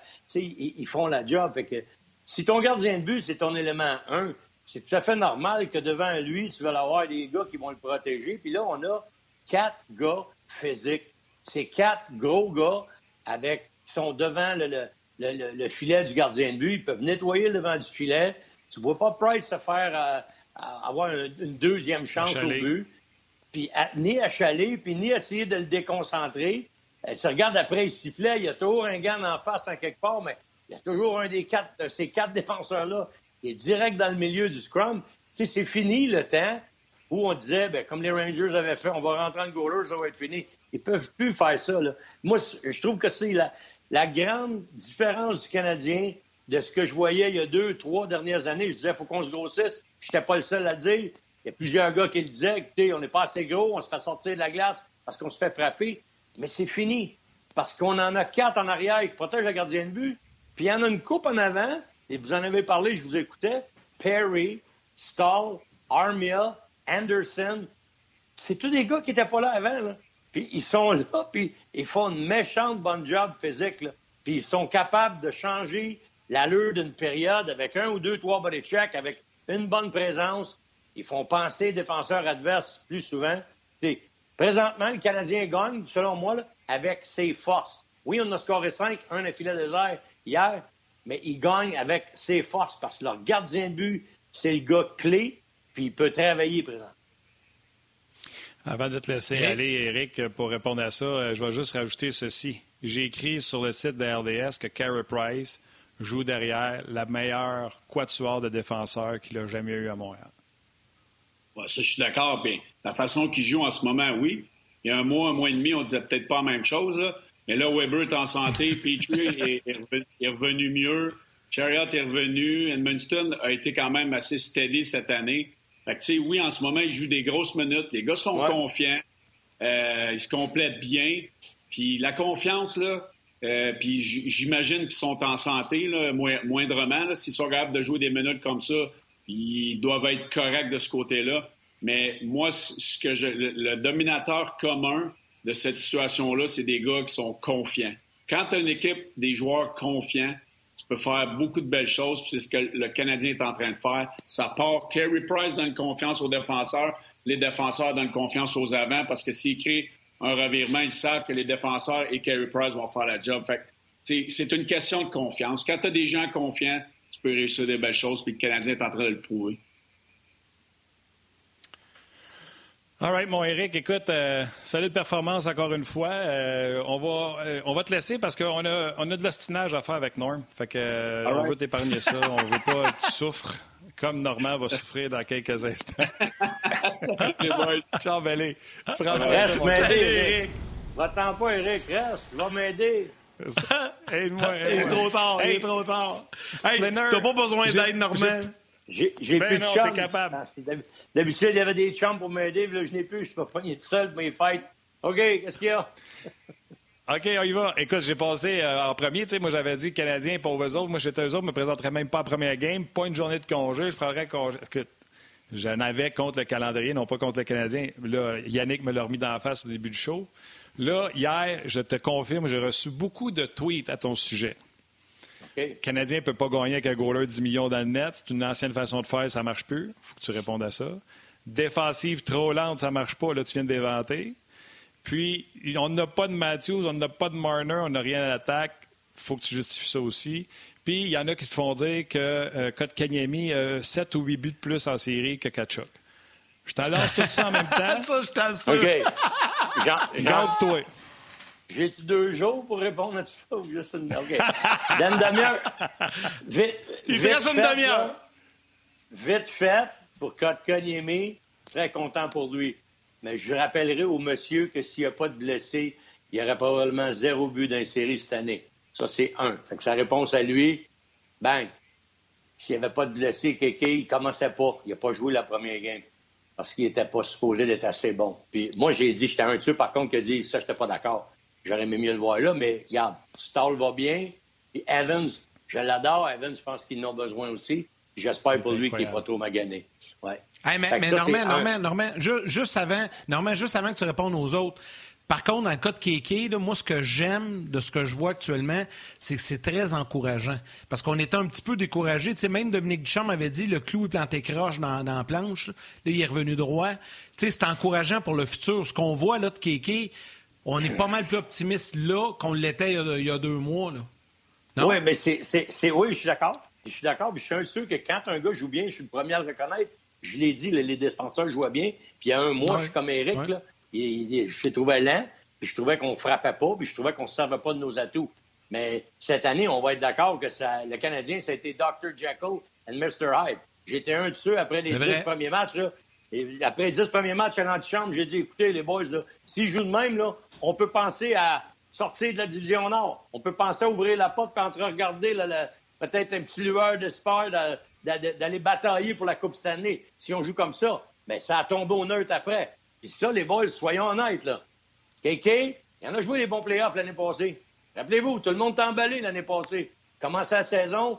ils font la job. Fait que si ton gardien de but, c'est ton élément 1, c'est tout à fait normal que devant lui, tu vas avoir des gars qui vont le protéger. Puis là, on a 4 gars physiques. C'est 4 gros gars qui sont devant le filet du gardien de but. Ils peuvent nettoyer le devant du filet. Tu ne vois pas Price se faire avoir une deuxième chance au but. Puis ni achaler, puis ni essayer de le déconcentrer. Tu regardes après le sifflet, il y a toujours un gars en face en quelque part, mais il y a toujours un des 4, ces 4 défenseurs-là qui est direct dans le milieu du scrum. Tu sais, c'est fini le temps où on disait, bien, comme les Rangers avaient fait, on va rentrer en goaler, ça va être fini. Ils ne peuvent plus faire ça, là. Moi, je trouve que c'est la grande différence du Canadien de ce que je voyais il y a 2-3 dernières années. Je disais, il faut qu'on se grossisse. Je n'étais pas le seul à le dire. Il y a plusieurs gars qui le disaient, écoutez, on n'est pas assez gros, on se fait sortir de la glace parce qu'on se fait frapper. Mais c'est fini. Parce qu'on en a 4 en arrière qui protègent le gardien de but. Puis il y en a une coupe en avant, et vous en avez parlé, je vous écoutais. Perry, Stahl, Armia, Anderson. C'est tous des gars qui n'étaient pas là avant, là. Puis ils sont là, puis ils font une méchante bonne job physique, là. Puis ils sont capables de changer l'allure d'une période avec 1 ou 2, 3 body checks, avec une bonne présence. Ils font penser les défenseurs adverses plus souvent. Puis, présentement, le Canadien gagne, selon moi, là, avec ses forces. Oui, on a scoré 5, un à filet désert hier, mais il gagne avec ses forces parce que leur gardien de but, c'est le gars clé, puis il peut travailler présent. Avant de te laisser aller, Éric, pour répondre à ça, je vais juste rajouter ceci. J'ai écrit sur le site de RDS que Carey Price joue derrière la meilleure quatuor de défenseurs qu'il a jamais eu à Montréal. Ouais, ça, je suis d'accord. Bien, la façon qu'il joue en ce moment, oui. Il y a un mois et demi, on disait peut-être pas la même chose. Là. Mais là, Weber est en santé, Petrie est revenu mieux, Chariot est revenu, Edmundston a été quand même assez steady cette année. Fait que, tu sais, oui, en ce moment, ils jouent des grosses minutes. Les gars sont confiants. Ils se complètent bien. Puis la confiance, là, puis j'imagine qu'ils sont en santé, là, moindrement. Là, s'ils sont capables de jouer des minutes comme ça, ils doivent être corrects de ce côté-là. Mais moi, le dominateur commun de cette situation-là, c'est des gars qui sont confiants. Quand tu as une équipe des joueurs confiants, tu peux faire beaucoup de belles choses, puis c'est ce que le Canadien est en train de faire. Ça part. Carey Price donne confiance aux défenseurs, les défenseurs donnent confiance aux avants, parce que s'ils créent un revirement, ils savent que les défenseurs et Carey Price vont faire la job. Fait que, c'est une question de confiance. Quand tu as des gens confiants, tu peux réussir des belles choses, puis le Canadien est en train de le prouver. All right, mon Éric, écoute, solide performance encore une fois. On va te laisser parce qu'on a de l'ostinage à faire avec Norm. Fait que on veut t'épargner ça. On veut pas que tu souffres comme Normand va souffrir dans quelques instants. Ciao, Bellé. Reste m'aider, Éric. Va-t'en pas, Éric. Reste. Va m'aider. Aide-moi. Il est trop tard. Il est trop tard. Hey, t'as pas besoin d'aide, Normand. J'ai plus de chum. T'es capable. D'habitude, il y avait des chums pour m'aider. Là, je n'ai plus. Je peux pas pogner tout seul pour mes fêtes. OK, qu'est-ce qu'il y a? OK, on y va. Écoute, j'ai passé en premier. Tu sais, moi, j'avais dit Canadien pour eux autres. Moi, j'étais eux autres, je me présenterais même pas en première game. Pas une journée de congé. Je prendrais congé. Écoute, j'en avais contre le calendrier, non pas contre le Canadien. Là, Yannick me l'a remis dans la face au début du show. Là, hier, je te confirme, j'ai reçu beaucoup de tweets à ton sujet. Okay. Le Canadien ne peut pas gagner avec un goaler 10 millions dans le net. C'est une ancienne façon de faire, ça ne marche plus. Il faut que tu répondes à ça. Défensive trop lente, ça ne marche pas. Là, tu viens de d'éventer. Puis, on n'a pas de Matthews, on n'a pas de Marner, on n'a rien à l'attaque. Il faut que tu justifies ça aussi. Puis, il y en a qui te font dire que Kotkaniemi a 7 ou 8 buts de plus en série que Tkachuk. Je t'en lance tout ça en même temps. Ça, je t'assure. OK. Garde-toi. J'ai-tu 2 jours pour répondre à tout ça ou juste une... OK. Dans une demi-heure. Il te reste une demi-heure. Vite fait, pour Kotkaniemi, très content pour lui. Mais je rappellerai au monsieur que s'il n'y a pas de blessé, il y aurait probablement 0 but dans les séries cette année. Ça, c'est 1. Fait que sa réponse à lui, bang. S'il n'y avait pas de blessé, Kéké, il ne commençait pas. Il n'a pas joué la première game parce qu'il n'était pas supposé d'être assez bon. Puis moi, j'ai dit, j'étais un de ceux, par contre, qui a dit, ça, je n'étais pas d'accord. J'aurais aimé mieux le voir là, mais regarde, Stahl va bien. Puis Evans, je l'adore. Evans, je pense qu'ils en ont besoin aussi. J'espère pour lui qu'il n'est pas trop magané. Ouais. Hey, mais Normand, juste avant que tu répondes aux autres, par contre, dans le cas de Kéké, là, moi, ce que j'aime de ce que je vois actuellement, c'est que c'est très encourageant. Parce qu'on était un petit peu découragés. Tu sais, même Dominique Ducharme avait dit le clou est planté croche dans la planche. Là, il est revenu droit. Tu sais, c'est encourageant pour le futur. Ce qu'on voit là de Kéké, on est pas mal plus optimiste là qu'on l'était il y a 2 mois. Là. Non? Oui, mais oui, je suis d'accord. Je suis d'accord. Puis je suis un de ceux que quand un gars joue bien, je suis le premier à le reconnaître. Je l'ai dit, les défenseurs jouaient bien. Puis il y a un mois, je suis comme Éric. Ouais. Là. Je les trouvais lents, puis je trouvais qu'on frappait pas, puis je trouvais qu'on ne se servait pas de nos atouts. Mais cette année, on va être d'accord que le Canadien, ça a été Dr. Jekyll and Mr. Hyde. J'étais un de ceux après les 10 premiers matchs. Là, et après les 10 premiers matchs à l'antichambre, j'ai dit, écoutez, les boys, là, s'ils jouent de même, là, on peut penser à sortir de la division Nord. On peut penser à ouvrir la porte et entre-regarder peut-être un petit lueur d'espoir d'aller batailler pour la Coupe cette année. Si on joue comme ça, bien, ça a tombé au neutre après. Puis ça, les boys, soyons honnêtes, là. Kéké, il en a joué les bons playoffs l'année passée. Rappelez-vous, tout le monde t'a emballé l'année passée. Commencé la saison,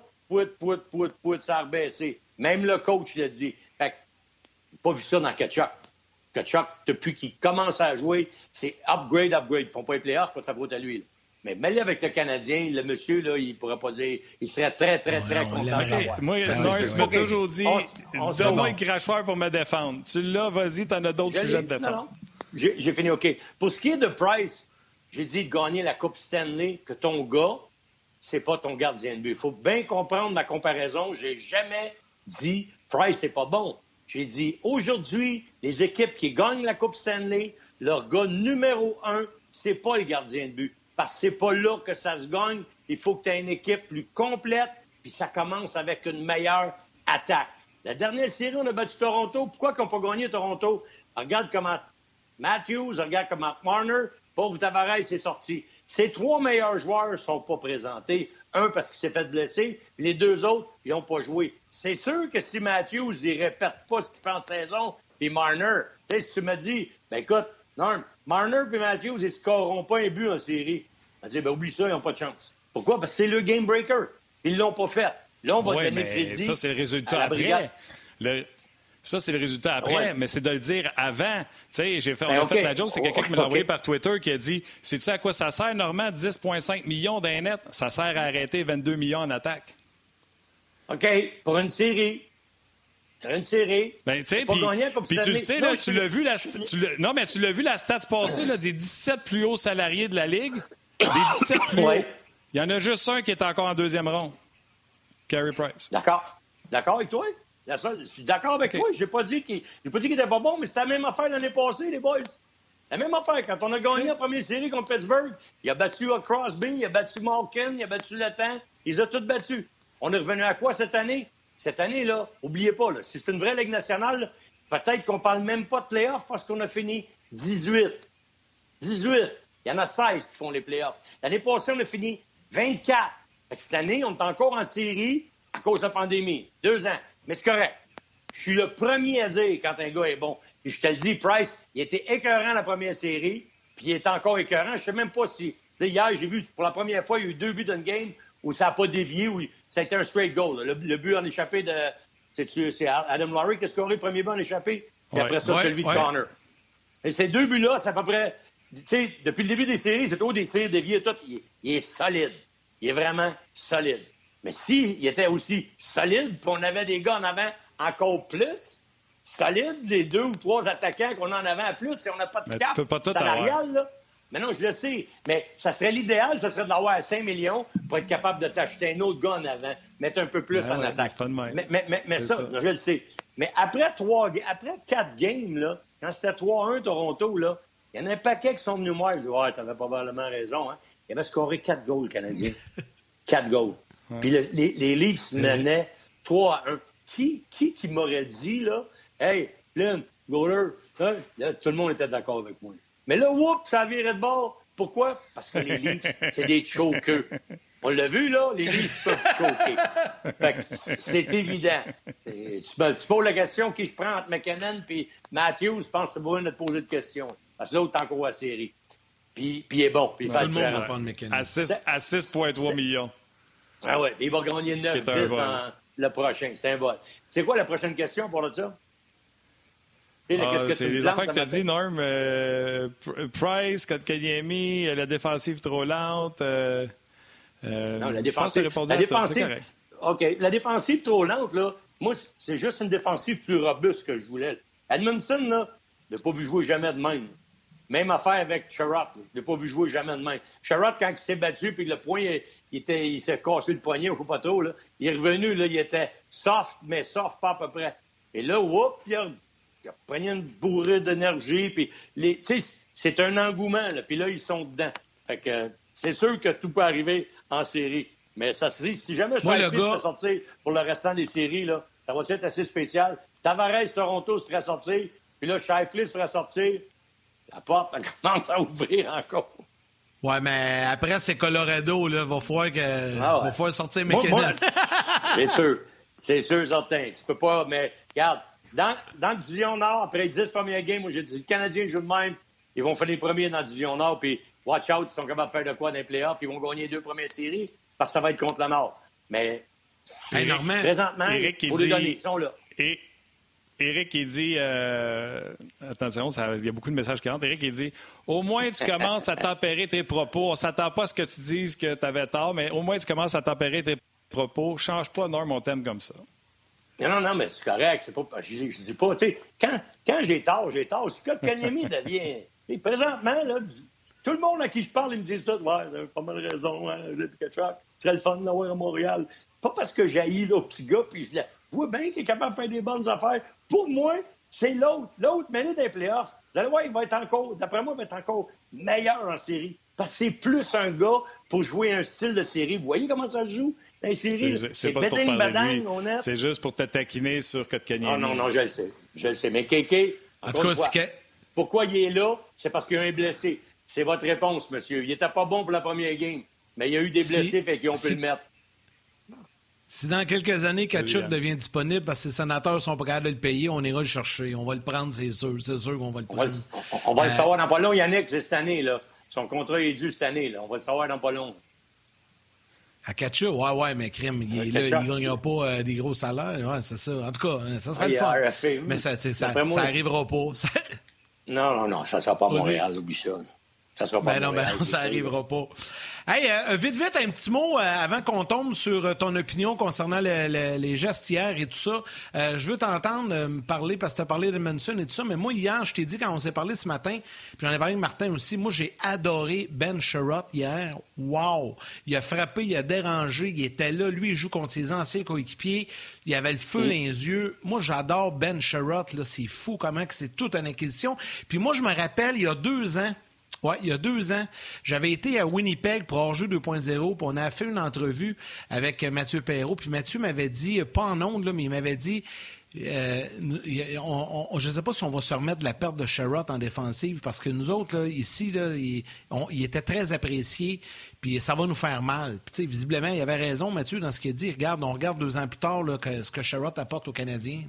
ça a rebaissé. Même le coach l'a dit. Fait que, pas vu ça dans Tkachuk. Tkachuk, depuis qu'il commence à jouer, c'est upgrade. Ils font pas les playoffs, ça vaut à lui, là. Mais mêlé avec le Canadien, le monsieur, là, il pourrait pas dire... Il serait très, très, très content de l'avoir. Moi, tu m'as toujours dit, donne-moi un crachoir pour me défendre. Tu l'as, vas-y, t'en as d'autres sujets de défendre. Non. J'ai fini, OK. Pour ce qui est de Price, j'ai dit de gagner la Coupe Stanley, que ton gars, c'est pas ton gardien de but. Il faut bien comprendre ma comparaison. J'ai jamais dit Price, c'est pas bon. J'ai dit, aujourd'hui, les équipes qui gagnent la Coupe Stanley, leur gars numéro 1, c'est pas les gardiens de but. Parce que c'est pas là que ça se gagne. Il faut que tu aies une équipe plus complète, puis ça commence avec une meilleure attaque. La dernière série, on a battu Toronto. Pourquoi qu'on n'a pas gagné Toronto? Regarde comment Matthews, regarde comment Marner, pauvre Tavares, est sorti. Ces 3 meilleurs joueurs ne sont pas présentés. Un, parce qu'il s'est fait blesser. Les 2 autres, ils n'ont pas joué. C'est sûr que si Matthews, il répète pas ce qu'il fait en saison, puis Marner, tu sais, si tu me dis, ben écoute, Norm, Marner et Matthews, ils ne scoreront pas un but en série. On va dire, ben oublie ça, ils n'ont pas de chance. Pourquoi? Parce que c'est le game breaker. Ils ne l'ont pas fait. Là, on va donner crédit. Ça, c'est le résultat après. Ça, c'est le résultat après, mais c'est de le dire avant. Tu sais, on a fait la joke, c'est quelqu'un qui me l'a envoyé par Twitter qui a dit, sais-tu à quoi ça sert, Normand, 10,5 millions d'un net? Ça sert à arrêter 22 millions en attaque. OK, pour une série. Une série. Ben, tu sais, puis tu le sais, là, tu l'as vu, non, mais tu l'as vu la stat passée, là, des 17 plus hauts salariés de la Ligue. Des 17 plus hauts. Il y en a juste un qui est encore en deuxième ronde. Carey Price. D'accord. D'accord avec toi? Je suis d'accord avec toi. J'ai pas dit qu'il était pas bon, mais c'était la même affaire l'année passée, les boys. La même affaire. Quand on a gagné la première série contre Pittsburgh, il a battu Crosby, il a battu Malkin, il a battu Letang. Il les a tous battus. On est revenu à quoi cette année? Cette année, là, oubliez pas, là, si c'est une vraie Ligue nationale, peut-être qu'on parle même pas de playoffs parce qu'on a fini 18. 18. Il y en a 16 qui font les playoffs. L'année passée, on a fini 24. Fait que cette année, on est encore en série à cause de la pandémie. 2 ans. Mais c'est correct. Je suis le premier à dire quand un gars est bon. Puis je te le dis, Price, il était écœurant la première série, puis il est encore écœurant. Je sais même pas si... Hier, j'ai vu, pour la première fois, il y a eu 2 buts d'une game où ça n'a pas dévié, où ça a été un straight goal. Le but en échappé de... C'est Adam Lowry qui a scoré le premier but en échappé, puis après ça, celui de Connor. Et ces 2 buts-là, c'est à peu près... Tu sais, depuis le début des séries, c'est toujours des tirs déviés et tout. Il est solide. Il est vraiment solide. Mais s'il était aussi solide, puis on avait des gars en avant encore plus solides, les 2 ou 3 attaquants qu'on a en avant à plus, si on n'a pas de cap salarial, là. Mais non, je le sais. Mais ça serait l'idéal, ça serait de l'avoir à 5 millions pour être capable de t'acheter un autre gars en avant, mettre un peu plus en attaque. Mais ça, je le sais. Mais après 4 games, là, quand c'était 3-1 Toronto, là, il y en a un paquet qui sont venus moi. Je dis, ouais, t'avais probablement raison. Hein. Il avait scoré 4 goals, le Canadien. 4 goals. Ouais. Puis les Leafs menaient 3-1. Qui m'aurait dit, là, hey, Flynn, goaler, hein? Là, tout le monde était d'accord avec moi. Mais là, ça a viré de bord. Pourquoi? Parce que les Leafs, c'est des chokers. On l'a vu, là, les Leafs peuvent choquer. Fait que c'est évident. Et tu poses la question qui je prends entre McKinnon et Matthews, je pense que c'est besoin de te poser de questions. Parce que l'autre est encore à série. Puis il est bon. Puis il fait tout le monde va prendre McKinnon. À 6,3 millions. Ah ouais, puis il va gagner 9-10 dans le prochain. C'est un vol. C'est quoi la prochaine question pour ça? C'est les affaires que tu as dit, Norm. Price, Kotkaniemi, la défensive trop lente. Non, la défensive. OK. La défensive trop lente, là, moi, c'est juste une défensive plus robuste que je voulais. Edmondson, là, je l'ai pas vu jouer jamais de même. Même affaire avec Sherratt. Je l'ai pas vu jouer jamais de même. Sherratt, quand il s'est battu puis le poing, il s'est cassé le poignet, je ne sais pas trop, là. Il est revenu, là, il était soft, mais soft pas à peu près. Et là, il a pris une bourrée d'énergie. Puis c'est un engouement, là. Puis là, ils sont dedans. Fait que c'est sûr que tout peut arriver en série. Mais ça se dit, si jamais Shifley se fait sortir pour le restant des séries, là, ça va être assez spécial. Tavares, Toronto se ferait sortir. Puis là, Shifley se ferait sortir. La porte, elle commence à ouvrir encore. Ouais, mais après, c'est Colorado, là. Va falloir sortir McKinnon. C'est sûr, certain. Tu peux pas, mais regarde, dans la division Nord, après les 10 premières games, moi, j'ai dit, le Canadien joue de même. Ils vont finir premiers dans la division Nord, puis watch out, ils sont capables de faire de quoi dans les playoffs. Ils vont gagner 2 premières séries, parce que ça va être contre le Nord. Mais, présentement, Eric, il faut les donner. Ils sont là. Éric, il dit... attention, il y a beaucoup de messages qui rentrent. Éric, il dit, au moins tu commences à tempérer tes propos. On ne s'attend pas à ce que tu dises que tu avais tort, mais au moins tu commences à tempérer tes propos. Change pas, Norm, on t'aime comme ça. Non, mais c'est correct. C'est pas, je dis pas, tu sais, quand j'ai tort, j'ai tort. Si Kotkaniemi devient... Présentement, là, tout le monde à qui je parle, ils me disent ça. Ouais, t'as pas mal raison, hein, Tkachuk. Ce serait le fun de l'avoir à Montréal. Pas parce que j'haïs l'autre petit gars, puis je vois bien qu'il est capable de faire des bonnes affaires. Pour moi, c'est l'autre. L'autre, mêlé des playoffs. Vous allez voir, il va être encore, d'après moi, il va être encore meilleur en série. Parce que c'est plus un gars pour jouer un style de série. Vous voyez comment ça se joue? Dans les séries, c'est pas pour parler de lui. C'est juste pour te taquiner sur Kotkaniemi. Ah non, je le sais. Je le sais. Mais Kéké, en tout cas, pourquoi il est là? C'est parce qu'il y a un blessé. C'est votre réponse, monsieur. Il n'était pas bon pour la première game. Mais il y a eu des blessés, fait qu'ils ont pu le mettre. Si dans quelques années, Tkachuk devient disponible parce que les sénateurs ne sont pas capables de le payer, on ira le chercher. On va le prendre, c'est sûr. C'est sûr qu'on va le prendre. On va le savoir dans pas long, Yannick, c'est cette année. Là. Son contrat est dû cette année. Là. On va le savoir dans pas long. À Tkachuk, ouais, mais crime, il ne gagnera pas des gros salaires. Ouais, c'est ça. En tout cas, ça serait le fun. Mais ça n'arrivera pas. Non, ça ne sera pas à Montréal, oublie ça. Ça sera pas non, ça n'arrivera pas. Hey, vite, un petit mot avant qu'on tombe sur ton opinion concernant les gestes hier et tout ça. Je veux t'entendre me parler, parce que tu as parlé de Manson et tout ça, mais moi, hier, je t'ai dit, quand on s'est parlé ce matin, puis j'en ai parlé avec Martin aussi, moi, j'ai adoré Ben Sherratt hier. Wow! Il a frappé, il a dérangé, il était là. Lui, il joue contre ses anciens coéquipiers. Il avait le feu dans les yeux. Moi, j'adore Ben Sherratt. Là, c'est fou comment que c'est toute une acquisition. Puis moi, je me rappelle, il y a 2 ans, il y a 2 ans, j'avais été à Winnipeg pour Hors-jeu 2.0, puis on a fait une entrevue avec Mathieu Perreault, puis Mathieu m'avait dit, pas en ondes, là, mais il m'avait dit, je ne sais pas si on va se remettre de la perte de Sherratt en défensive, parce que nous autres, là, ici, là, il était très apprécié, puis ça va nous faire mal. Puis, visiblement, il avait raison, Mathieu, dans ce qu'il a dit. On regarde 2 ans plus tard là, ce que Sherratt apporte aux Canadiens.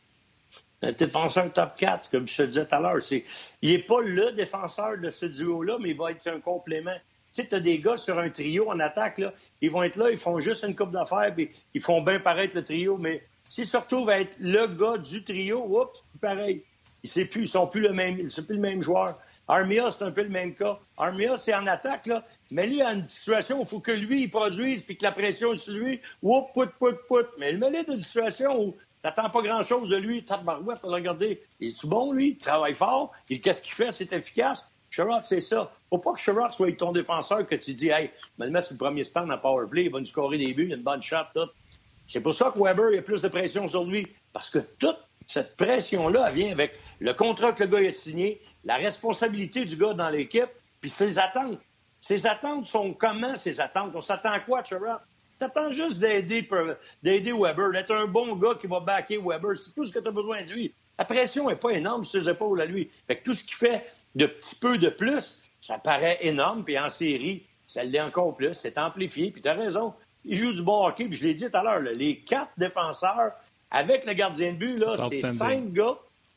Un défenseur top 4, comme je te disais tout à l'heure. Il n'est pas le défenseur de ce duo-là, mais il va être un complément. Tu sais, tu as des gars sur un trio en attaque, là, ils vont être là, ils font juste une coupe d'affaires, puis ils font bien paraître le trio, mais s'ils se retrouvent à être le gars du trio, oups, c'est pareil. Ils sont plus le même joueur. Armia, c'est un peu le même cas. Armia, c'est en attaque, là, mais lui, il a une situation où il faut que lui, il produise, puis que la pression est sur lui, oups, pout. Mais le mêlé d'une situation où t'attends pas grand-chose de lui, tabarouette, pour le regarder. Il est bon, lui? Il travaille fort. Qu'est-ce qu'il fait? C'est efficace. Sherratt, c'est ça. Faut pas que Sherratt soit ton défenseur que tu dis, hey, je vais le mettre sur le premier span en powerplay, il va nous scorer des buts, il a une bonne shot, tout. C'est pour ça que Weber, il a plus de pression sur lui. Parce que toute cette pression-là, elle vient avec le contrat que le gars a signé, la responsabilité du gars dans l'équipe, puis ses attentes. Ses attentes sont comment, ses attentes? On s'attend à quoi, Sherratt? T'attends juste d'aider Weber, d'être un bon gars qui va backer Weber. C'est tout ce que tu as besoin de lui. La pression n'est pas énorme sur ses épaules à lui. Fait que tout ce qu'il fait de petit peu de plus, ça paraît énorme. Puis en série, ça l'est encore plus. C'est amplifié. Puis tu as raison. Il joue du bon hockey. Puis je l'ai dit tout à l'heure, les 4 défenseurs avec le gardien de but, là, c'est 5 gars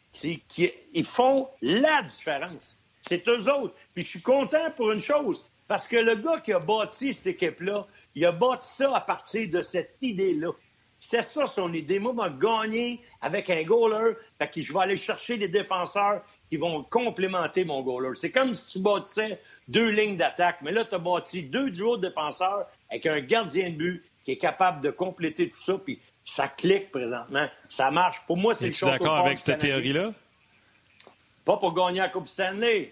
ils font la différence. C'est eux autres. Puis je suis content pour une chose. Parce que le gars qui a bâti cette équipe-là, il a bâti ça à partir de cette idée-là. C'était ça son idée. Moi, m'a gagné avec un goaler. Fait que je vais aller chercher des défenseurs qui vont complémenter mon goaler. C'est comme si tu bâtissais 2 lignes d'attaque. Mais là, tu as bâti 2 duos de défenseurs avec un gardien de but qui est capable de compléter tout ça. Puis ça clique présentement. Ça marche. Pour moi, c'est le château fort. Tu es d'accord avec cette théorie-là? Pas pour gagner la Coupe Stanley.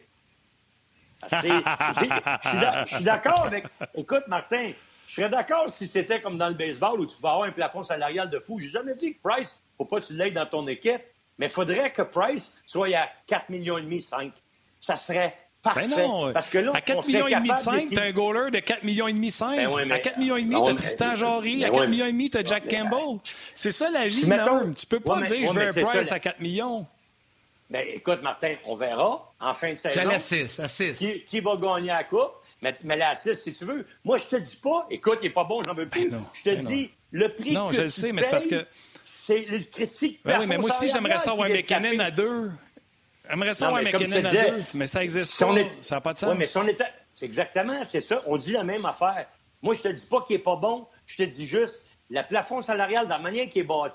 Je suis d'accord avec... Écoute, Martin... Je serais d'accord si c'était comme dans le baseball où tu vas avoir un plafond salarial de fou. J'ai jamais dit que Price, faut pas que tu l'aies dans ton équipe, mais il faudrait que Price soit à 4,5 millions, 5. Ça serait parfait. Ben non, parce que là, à 4,5 millions, 5, t'as un goaler de 4,5 millions, 5. Ben ouais, mais... À 4,5 millions, t'as Tristan Jarry. À 4,5 millions, t'as Jack Campbell. C'est ça la vie, Norm. Tu peux pas dire je veux un Price à 4 millions. Ben écoute, Martin, on verra en fin de saison. C'est à 6. Qui va gagner la Coupe. Mais la 6, si tu veux. Moi, je te dis pas, écoute, il n'est pas bon, j'en veux plus. Je te dis, le prix non, que je le sais, mais c'est parce que... C'est les Christy. Oui, mais moi aussi, j'aimerais ça avoir un McKinnon à 2. J'aimerais ça avoir un McKinnon à 2, mais ça n'existe pas. Ça n'a pas de sens. Oui, mais si on était... C'est exactement, c'est ça. On dit la même affaire. Moi, je te dis pas qu'il n'est pas bon. Je te dis juste, le plafond salarial, de la manière qu'il est bâti,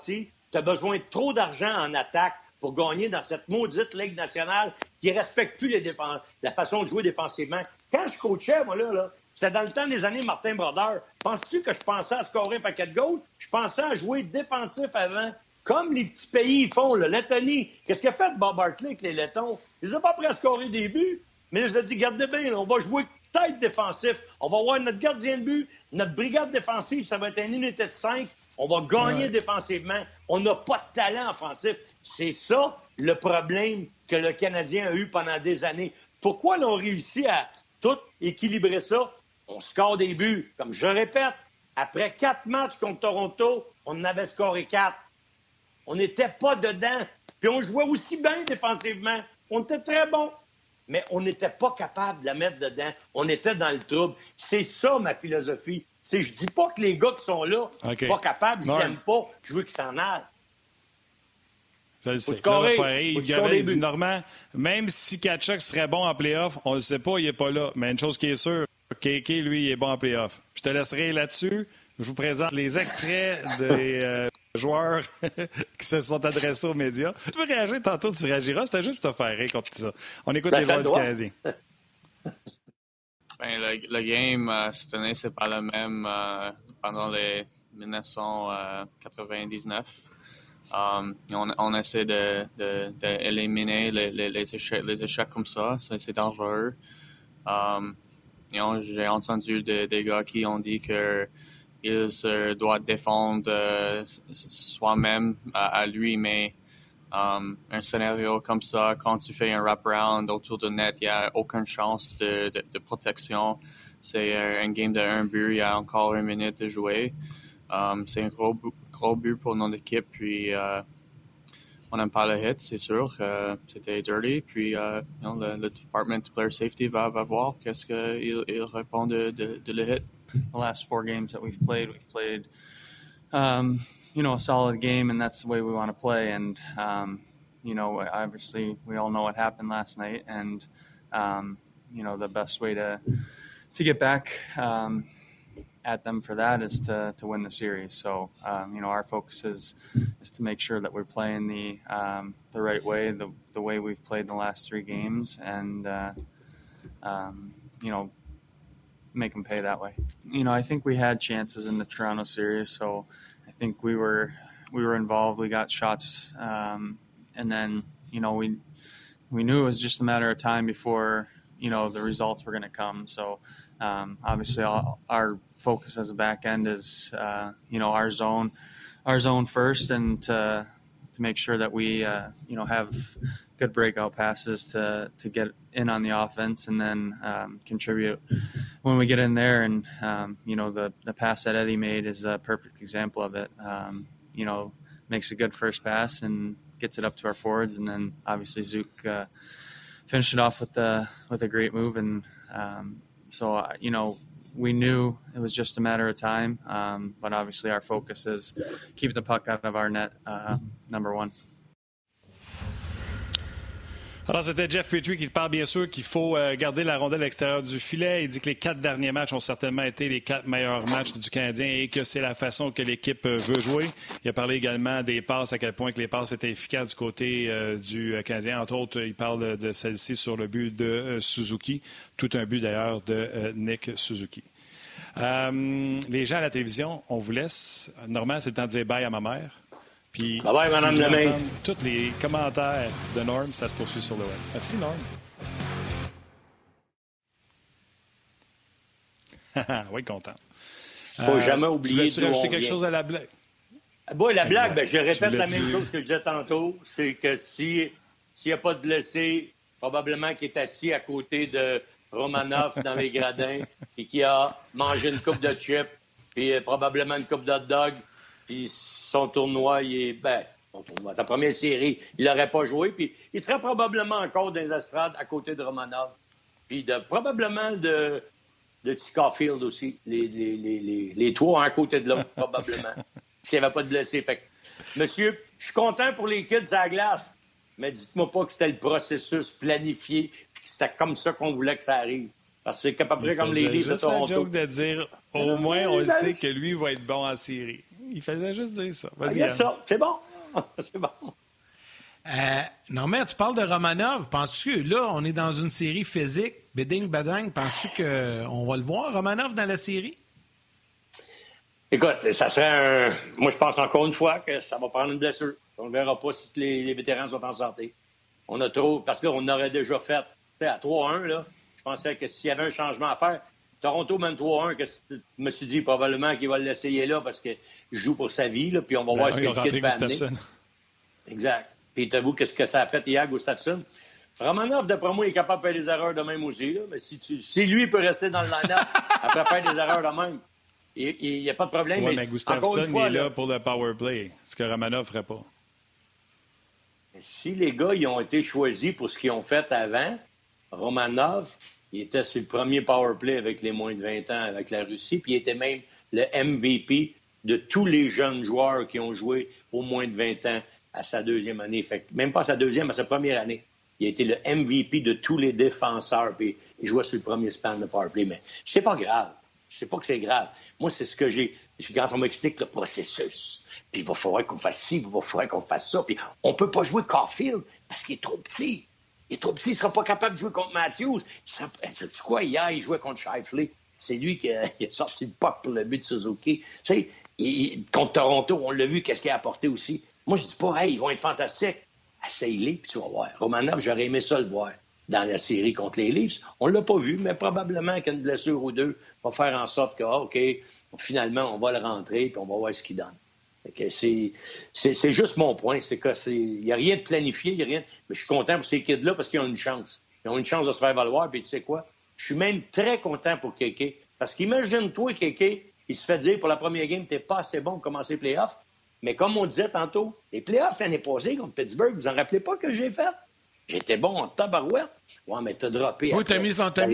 tu as besoin de trop d'argent en attaque pour gagner dans cette maudite Ligue nationale qui ne respecte plus la façon de jouer défensivement. Quand je coachais, moi, là, c'était dans le temps des années Martin Brodeur. Penses-tu que je pensais à scorer un paquet de goals? Je pensais à jouer défensif avant, comme les petits pays font. La Lettonie, qu'est-ce qu'a fait Bob Hartley avec les Lettons? Ils n'ont pas prêt à scorer des buts, mais ils ont dit, gardez bien, là, on va jouer tête défensif. On va avoir notre gardien de but, notre brigade défensive, ça va être une unité de 5. On va gagner défensivement. On n'a pas de talent offensif. C'est ça le problème que le Canadien a eu pendant des années. Pourquoi l'on réussit à tout équilibrer ça? On score des buts. Comme je répète, après 4 matchs contre Toronto, on en avait scoré 4. On n'était pas dedans. Puis on jouait aussi bien défensivement. On était très bons. Mais on n'était pas capable de la mettre dedans. On était dans le trouble. C'est ça, ma philosophie. Je dis pas que les gars qui sont là sont pas capables, je l'aime pas, je veux qu'ils s'en aillent. Je le sais. Il dit, Normand, même si Tkachuk serait bon en play-off, on le sait pas, il est pas là. Mais une chose qui est sûre, KK, lui, il est bon en play-off. Je te laisserai là-dessus. Je vous présente les extraits des joueurs qui se sont adressés aux médias. Tu veux réagir tantôt, tu réagiras. C'était juste pour te faire rire contre ça. On écoute les joueurs du Canadien. Le game, cette année, c'est pas le même pendant les 1999. On essaie d'éliminer les échecs comme ça. C'est dangereux. J'ai entendu des gars qui ont dit qu'ils doivent défendre soi-même à lui, mais un scénario comme ça, quand tu fais un wrap-around autour de net, il n'y a aucune chance de protection. C'est un game de 1 but, il y a encore 1 minute de jouer. C'est un gros but pour notre équipe, puis on n'aime pas le hit, c'est sûr. C'était dirty, puis le Department of Player Safety va voir qu'est-ce qu'il répond de le hit. The last 4 games that we've played a solid game, and that's the way we want to play. And, obviously we all know what happened last night, and, the best way to get back at them for that is to win the series. So, our focus is to make sure that we're playing the right way, the way we've played the last 3 games, and, make them pay that way. I think we had chances in the Toronto series, so I think we were involved. We got shots, and then we knew it was just a matter of time before the results were going to come. So obviously our focus as a back end is our zone first, and to make sure that we have good breakout passes to get in on the offense, and then contribute when we get in there. And the pass that Eddie made is a perfect example of it. Makes a good first pass and gets it up to our forwards, and then obviously Zook finished it off with a great move. And we knew it was just a matter of time, but obviously our focus is keeping the puck out of our net, number one. Alors, c'était Jeff Petrie qui parle bien sûr qu'il faut garder la rondelle à l'extérieur du filet. Il dit que les 4 derniers matchs ont certainement été les 4 meilleurs matchs du Canadien et que c'est la façon que l'équipe veut jouer. Il a parlé également des passes, à quel point que les passes étaient efficaces du côté du Canadien. Entre autres, il parle de celle-ci sur le but de Suzuki. Tout un but d'ailleurs de Nick Suzuki. Les gens à la télévision, on vous laisse. Normand, c'est le temps de dire bye à ma mère. Puis, bye bye, Madame Lemay. Tous les commentaires de Norm, ça se poursuit sur le web. Merci, Norm. Oui, content. Faut jamais oublier. Tu veux rajouter quelque chose à la blague? Bon, la blague, je répète la même chose que je disais tantôt. C'est que s'il n'y a pas de blessé, probablement qu'il est assis à côté de Romanov dans les gradins et qui a mangé une coupe de chips, puis probablement une coupe d'hot dog, puis son tournoi, sa première série, il n'aurait pas joué, puis il serait probablement encore dans les estrades à côté de Romanov, puis probablement de Caulfield aussi, les 3 à côté de l'autre, probablement, s'il n'y avait pas de blessés. Fait que, monsieur, je suis content pour les kids à la glace, mais dites-moi pas que c'était le processus planifié, puis que c'était comme ça qu'on voulait que ça arrive. Parce que c'est à peu près comme les Leafs de Toronto. C'est la joke de dire, au moins, on le sait que lui va être bon en série. Il faisait juste dire ça. Vas-y, ça, c'est bon. C'est bon. Non, mais tu parles de Romanov. Penses-tu que là, on est dans une série physique, béding, badang, penses-tu qu'on va le voir, Romanov, dans la série? Écoute, ça serait moi, je pense encore une fois que ça va prendre une blessure. On ne verra pas si les vétérans sont en santé. On a trop... Parce que là, on aurait déjà fait, à 3-1, là, je pensais que s'il y avait un changement à faire, Toronto mène 3-1, que je me suis dit probablement qu'il va l'essayer là parce qu'il joue pour sa vie, là, puis on va voir ce que le kit va amener. Exact. Puis t'avoues qu'est-ce que ça a fait hier, Gustafsson. Romanov, d'après moi, il est capable de faire des erreurs de même aussi. Là. Mais si lui peut rester dans le line-up après faire des erreurs de même, il n'y a pas de problème. Oui, mais Gustafsson, il est là pour le power play, ce que Romanov ne ferait pas. Si les gars ils ont été choisis pour ce qu'ils ont fait avant, Romanov, il était sur le premier power play avec les moins de 20 ans avec la Russie, puis il était même le MVP de tous les jeunes joueurs qui ont joué au moins de 20 ans à sa deuxième année. Fait que même pas sa deuxième, à sa première année. Il a été le MVP de tous les défenseurs, puis il jouait sur le premier span de power play. Mais c'est pas grave. C'est pas que c'est grave. Moi, c'est ce que j'ai... Quand on m'explique le processus, puis il va falloir qu'on fasse ci, il va falloir qu'on fasse ça, puis on peut pas jouer Caulfield parce qu'il est trop petit. Il est trop petit, il sera pas capable de jouer contre Matthews. Sais-tu quoi? Hier, il jouait contre Scheifele. C'est lui qui a sorti le puck pour le but de Suzuki. Tu sais, contre Toronto, on l'a vu, qu'est-ce qu'il a apporté aussi. Moi, je dis pas, hey, ils vont être fantastiques. Essaye-les, puis tu vas voir. Romanov, j'aurais aimé ça le voir dans la série contre les Leafs. On l'a pas vu, mais probablement qu'une blessure ou deux va faire en sorte que, OK, finalement, on va le rentrer, puis on va voir ce qu'il donne. C'est juste mon point. C'est que il n'y a rien de planifié, il n'y a rien. Mais je suis content pour ces kids-là parce qu'ils ont une chance. Ils ont une chance de se faire valoir, puis tu sais quoi? Je suis même très content pour Kéké. Parce qu'imagine-toi, Kéké, il se fait dire pour la première game, t'es pas assez bon pour commencer les playoffs. Mais comme on disait tantôt, les playoffs l'année passée contre Pittsburgh, vous en rappelez pas que j'ai fait? J'étais bon en tabarouette. Ouais, mais t'as droppé. Oui, t'as mis son temps.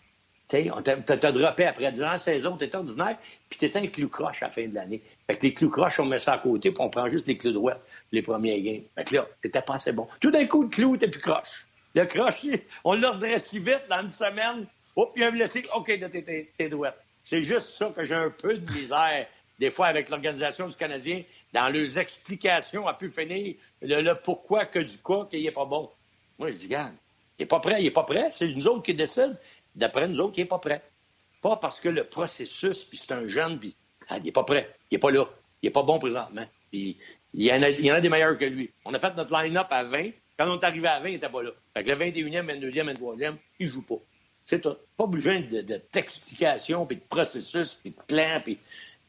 T'as droppé après 2 ans de saison, t'es ordinaire, puis t'étais un clou croche à la fin de l'année. Fait que les clous croches, on met ça à côté, puis on prend juste les clous droits les premiers games. Fait que là, t'étais pas assez bon. Tout d'un coup, le clou était plus croche. Le croche, on l'a redressé si vite dans une semaine. Oh, puis un blessé, OK, t'es droite. C'est juste ça que j'ai un peu de misère, des fois, avec l'Organisation du Canadien, dans leurs explications à pu finir le pourquoi que du cas qu'il n'est pas bon. Moi, je dis, regarde, il n'est pas prêt. C'est nous autres qui décident. D'après nous autres, il n'est pas prêt. Pas parce que le processus, puis c'est un jeune, puis il n'est pas prêt. Il n'est pas là. Il n'est pas bon présentement. Puis il y en a des meilleurs que lui. On a fait notre line-up à 20. Quand on est arrivé à 20, il n'était pas là. Fait que le 21e, 22e, 23e, il ne joue pas. C'est tout. Pas besoin de t'explication, puis de processus, puis de plan, puis...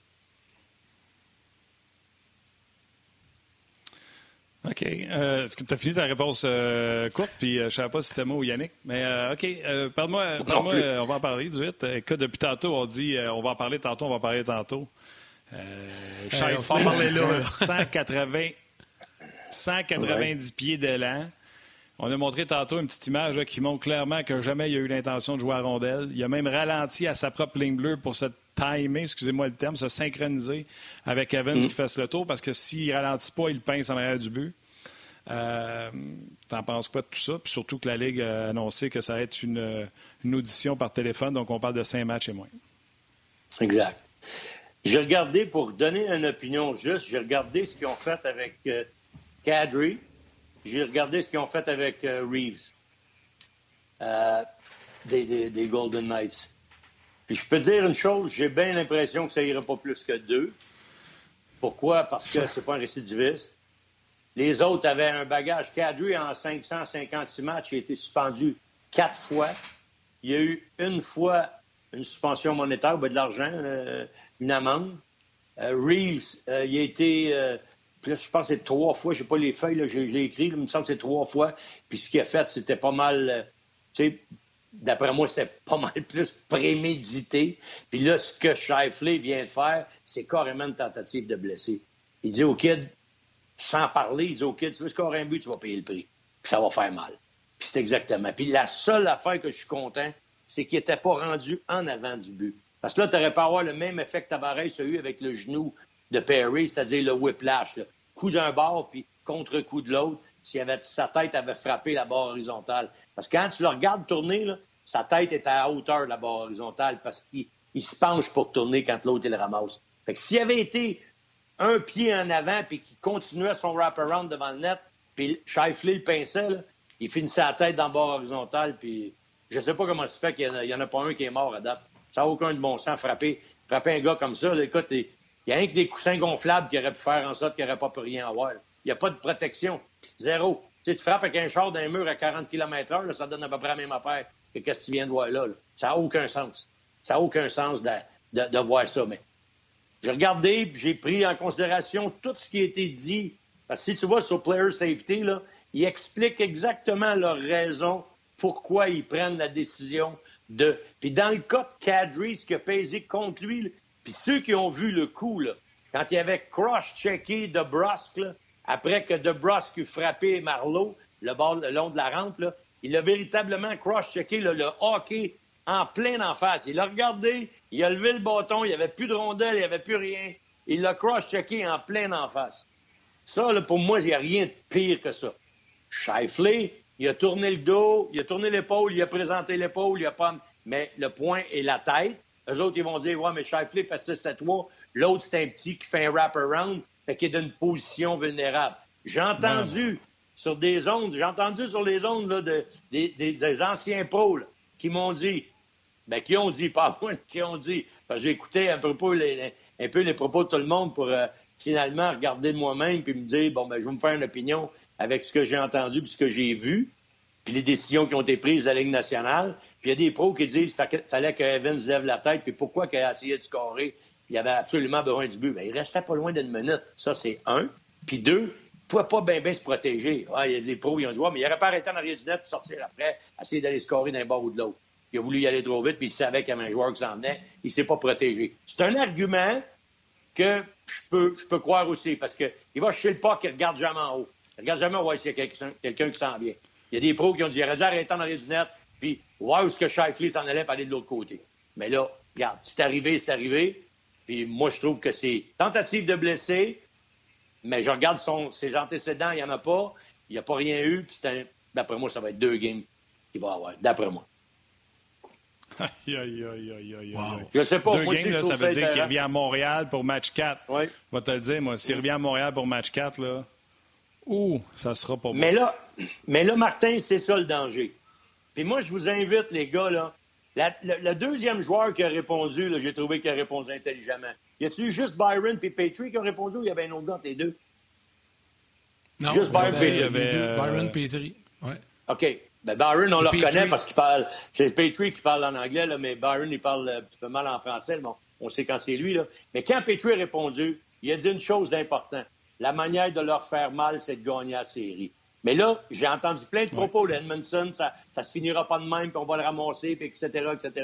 OK. Est-ce que tu as fini ta réponse courte, puis je ne savais pas si c'était moi ou Yannick. Mais OK, parle-moi, on va en parler du 8. Écoute, depuis tantôt, on dit on va en parler tantôt, on va en parler tantôt. On va en parler là. 190 pieds d'élan. On a montré tantôt une petite image là, qui montre clairement que jamais il a eu l'intention de jouer à rondelle. Il a même ralenti à sa propre ligne bleue pour se timer, excusez-moi le terme, se synchroniser avec Evans qui fasse le tour, parce que s'il ne ralentit pas, il pince en arrière du but. T'en penses quoi de tout ça? Puis surtout que la Ligue a annoncé que ça va être une audition par téléphone, donc on parle de 5 matchs et moins. Exact. J'ai regardé, pour donner une opinion juste, j'ai regardé ce qu'ils ont fait avec Kadri. J'ai regardé ce qu'ils ont fait avec Reeves, des Golden Knights. Puis je peux dire une chose, j'ai bien l'impression que ça irait pas plus que 2. Pourquoi? Parce que c'est pas un récidiviste. Les autres avaient un bagage. Kadri, en 556 matchs, il a été suspendu 4 fois. Il y a eu une fois une suspension monétaire, de l'argent, une amende. Reeves, il a été... Puis là, je pense que c'est 3 fois. Je n'ai pas les feuilles, là, je l'ai écrit. Là, il me semble que c'est 3 fois. Puis ce qu'il a fait, c'était pas mal... tu sais, d'après moi, c'est pas mal plus prémédité. Puis là, ce que Scheifele vient de faire, c'est carrément une tentative de blesser. Il dit au kid, sans parler, il dit au kid, tu veux scorer un but, tu vas payer le prix. Puis ça va faire mal. Puis c'est exactement. Puis la seule affaire que je suis content, c'est qu'il n'était pas rendu en avant du but. Parce que là, tu aurais pas avoir le même effet que Tavares a eu avec le genou de Perry, c'est-à-dire le whiplash. Là. Coup d'un bord, puis contre-coup de l'autre, sa tête avait frappé la barre horizontale. Parce que quand tu le regardes tourner, là, sa tête est à la hauteur de la barre horizontale parce qu'il se penche pour tourner quand l'autre il le ramasse. Fait que s'il avait été un pied en avant puis qui continuait son wrap-around devant le net, puis Scheifele le pinçait, là, il finissait la tête dans le bord horizontal, puis je sais pas comment ça se fait qu'il y en a pas un qui est mort à date. Ça n'a aucun de bon sens, frapper un gars comme ça. Là, écoute, il y a rien que des coussins gonflables qui auraient pu faire en sorte qu'il n'aurait pas pu rien avoir. Il n'y a pas de protection. Zéro. Tu sais, tu frappes avec un char d'un mur à 40 km/h, ça donne à peu près la même affaire que ce que tu viens de voir là. Ça n'a aucun sens. Ça n'a aucun sens de voir ça. Mais j'ai regardé, puis j'ai pris en considération tout ce qui a été dit. Parce que si tu vois sur Player Safety, là, ils expliquent exactement leur raison pourquoi ils prennent la décision de... Puis dans le cas de Kadri, ce qui a pesé contre lui, là, puis ceux qui ont vu le coup, là, quand il avait cross-checké DeBrusk, là, après que DeBrusk eut frappé Marleau, le long de la rampe, là, il a véritablement cross-checké le hockey en plein en face. Il a regardé, il a levé le bâton, il n'y avait plus de rondelle, il n'y avait plus rien. Il l'a cross-checké en plein en face. Ça, là, pour moi, il n'y a rien de pire que ça. Scheifele, il a tourné le dos, il a tourné l'épaule, il a présenté l'épaule, il a pas... Mais le point est la tête. Eux autres, ils vont dire, ouais, mais Scheifele fait 6-7-3. L'autre, c'est un petit qui fait un wrap-around, fait qu'il est d'une position vulnérable. J'ai entendu sur les ondes là, des anciens pros là, qui m'ont dit, qui ont dit, pas moi, qui ont dit, parce que j'ai écouté un peu les propos de tout le monde pour finalement regarder de moi-même puis me dire, je vais me faire une opinion avec ce que j'ai entendu puis ce que j'ai vu, puis les décisions qui ont été prises de la Ligue nationale. Puis il y a des pros qui disent qu'il fallait que Evans lève la tête, puis pourquoi qu'il a essayé de scorer, il avait absolument besoin du but. Mais il restait pas loin d'une minute. Ça, c'est un. Puis deux, il ne pouvait pas bien se protéger. Il y a des pros qui ont dit, mais il n'aurait pas arrêté en arrière du net pour sortir après, essayer d'aller scorer d'un bord ou de l'autre. Il a voulu y aller trop vite, puis il savait qu'il y avait un joueur qui s'en venait. Il ne s'est pas protégé. C'est un argument que je peux croire aussi, parce qu'il va chez le puck, il ne regarde jamais en haut. Il ne regarde jamais voir s'il y a quelqu'un qui s'en vient. Il y a des pros qui ont dit, il aurait dû arrêter en arrière du net, puis voir où est-ce que Scheifele s'en allait pour aller de l'autre côté. Mais là, regarde, c'est arrivé. Puis moi, je trouve que c'est tentative de blesser, mais je regarde ses antécédents, il n'y en a pas. Il n'y a pas rien eu. Puis d'après moi, ça va être 2 games qu'il va avoir, d'après moi. Aïe. Wow. Je sais pas. 2 moi, games, là, ça veut dire qu'il revient à Montréal pour match 4. Oui. Je vais te le dire, moi, s'il revient à Montréal pour match 4, là, ça sera pas bon. Mais là, Martin, c'est ça le danger. Puis moi, je vous invite, les gars, là, le deuxième joueur qui a répondu, là, j'ai trouvé qu'il a répondu intelligemment. Y a-t-il juste Byron et Petrie qui ont répondu ou il y avait un autre gars entre les deux? Non, juste Byron Petrie. Il y avait Byron Petrie. Ouais. OK. Byron, on le reconnaît parce qu'il parle... C'est Petrie qui parle en anglais, là, mais Byron, il parle un petit peu mal en français. Bon, on sait quand c'est lui. Là. Mais quand Petrie a répondu, il a dit une chose d'important. La manière de leur faire mal, c'est de gagner la série. Mais là, j'ai entendu plein de propos. Edmondson, ça se finira pas de même, puis on va le ramasser, puis etc.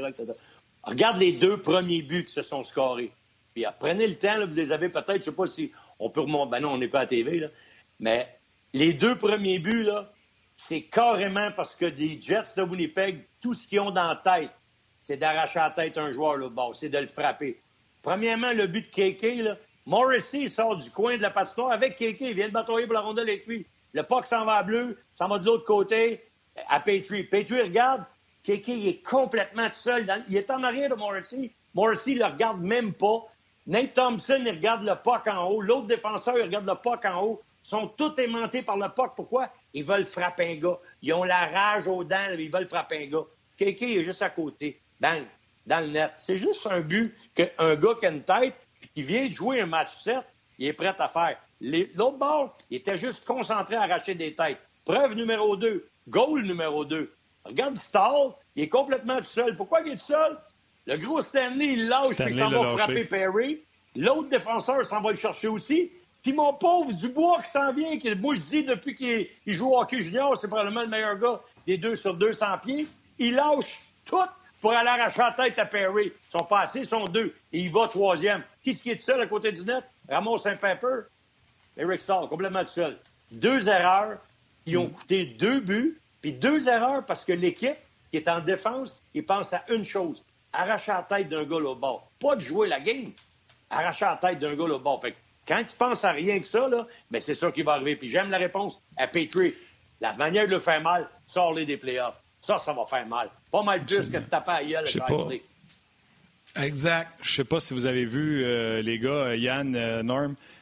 Regarde les 2 premiers buts qui se sont scorés. Puis prenez le temps, là, vous les avez peut-être, je sais pas si on peut remonter. Non, on n'est pas à la TV, là. Mais les 2 premiers buts, là, c'est carrément parce que des Jets de Winnipeg, tout ce qu'ils ont dans la tête, c'est d'arracher la tête un joueur, là, c'est de le frapper. Premièrement, le but de KK, là, Morrissey sort du coin de la patinoire avec KK, il vient de batailler pour la rondelle avec lui. Le puck s'en va à bleu, s'en va de l'autre côté à Petrie. Petrie regarde, KK il est complètement tout seul. Il est en arrière de Morrissey. Morrissey ne le regarde même pas. Nate Thompson, il regarde le puck en haut. L'autre défenseur, il regarde le puck en haut. Ils sont tous aimantés par le puck. Pourquoi? Ils veulent frapper un gars. Ils ont la rage aux dents, ils veulent frapper un gars. KK est juste à côté. Bang! Dans le net. C'est juste un but qu'un gars qui a une tête puis qui vient de jouer un match 7, il est prêt à faire. L'autre bord, il était juste concentré à arracher des têtes. Preuve numéro 2. Goal numéro 2. Regarde Stahl, il est complètement tout seul. Pourquoi il est tout seul? Le gros Stanley, il lâche puis il s'en va frapper Perry. L'autre défenseur s'en va le chercher aussi. Puis mon pauvre Dubois qui s'en vient, moi je dis depuis qu'il joue au hockey junior, c'est probablement le meilleur gars des 2 sur 200 pieds. Il lâche tout pour aller arracher la tête à Perry. Ils sont passés, ils sont 2. Et il va 3e. Qui est-ce qui est tout seul à côté du net? Ramos Saint-Pepper. Eric Stahl, complètement tout seul. 2 erreurs qui ont coûté 2 buts, puis 2 erreurs parce que l'équipe qui est en défense, il pense à une chose, arracher la tête d'un gars là au bord. Pas de jouer la game, arracher la tête d'un gars là au bord. Fait que quand tu penses à rien que ça, là, ben c'est ça qui va arriver. Puis j'aime la réponse à Petrie. La manière de le faire mal, sors-les des playoffs. Ça va faire mal. Pas mal plus que de taper à gueule. Je sais pas. Exact. Je sais pas si vous avez vu, les gars, Yann, Norm,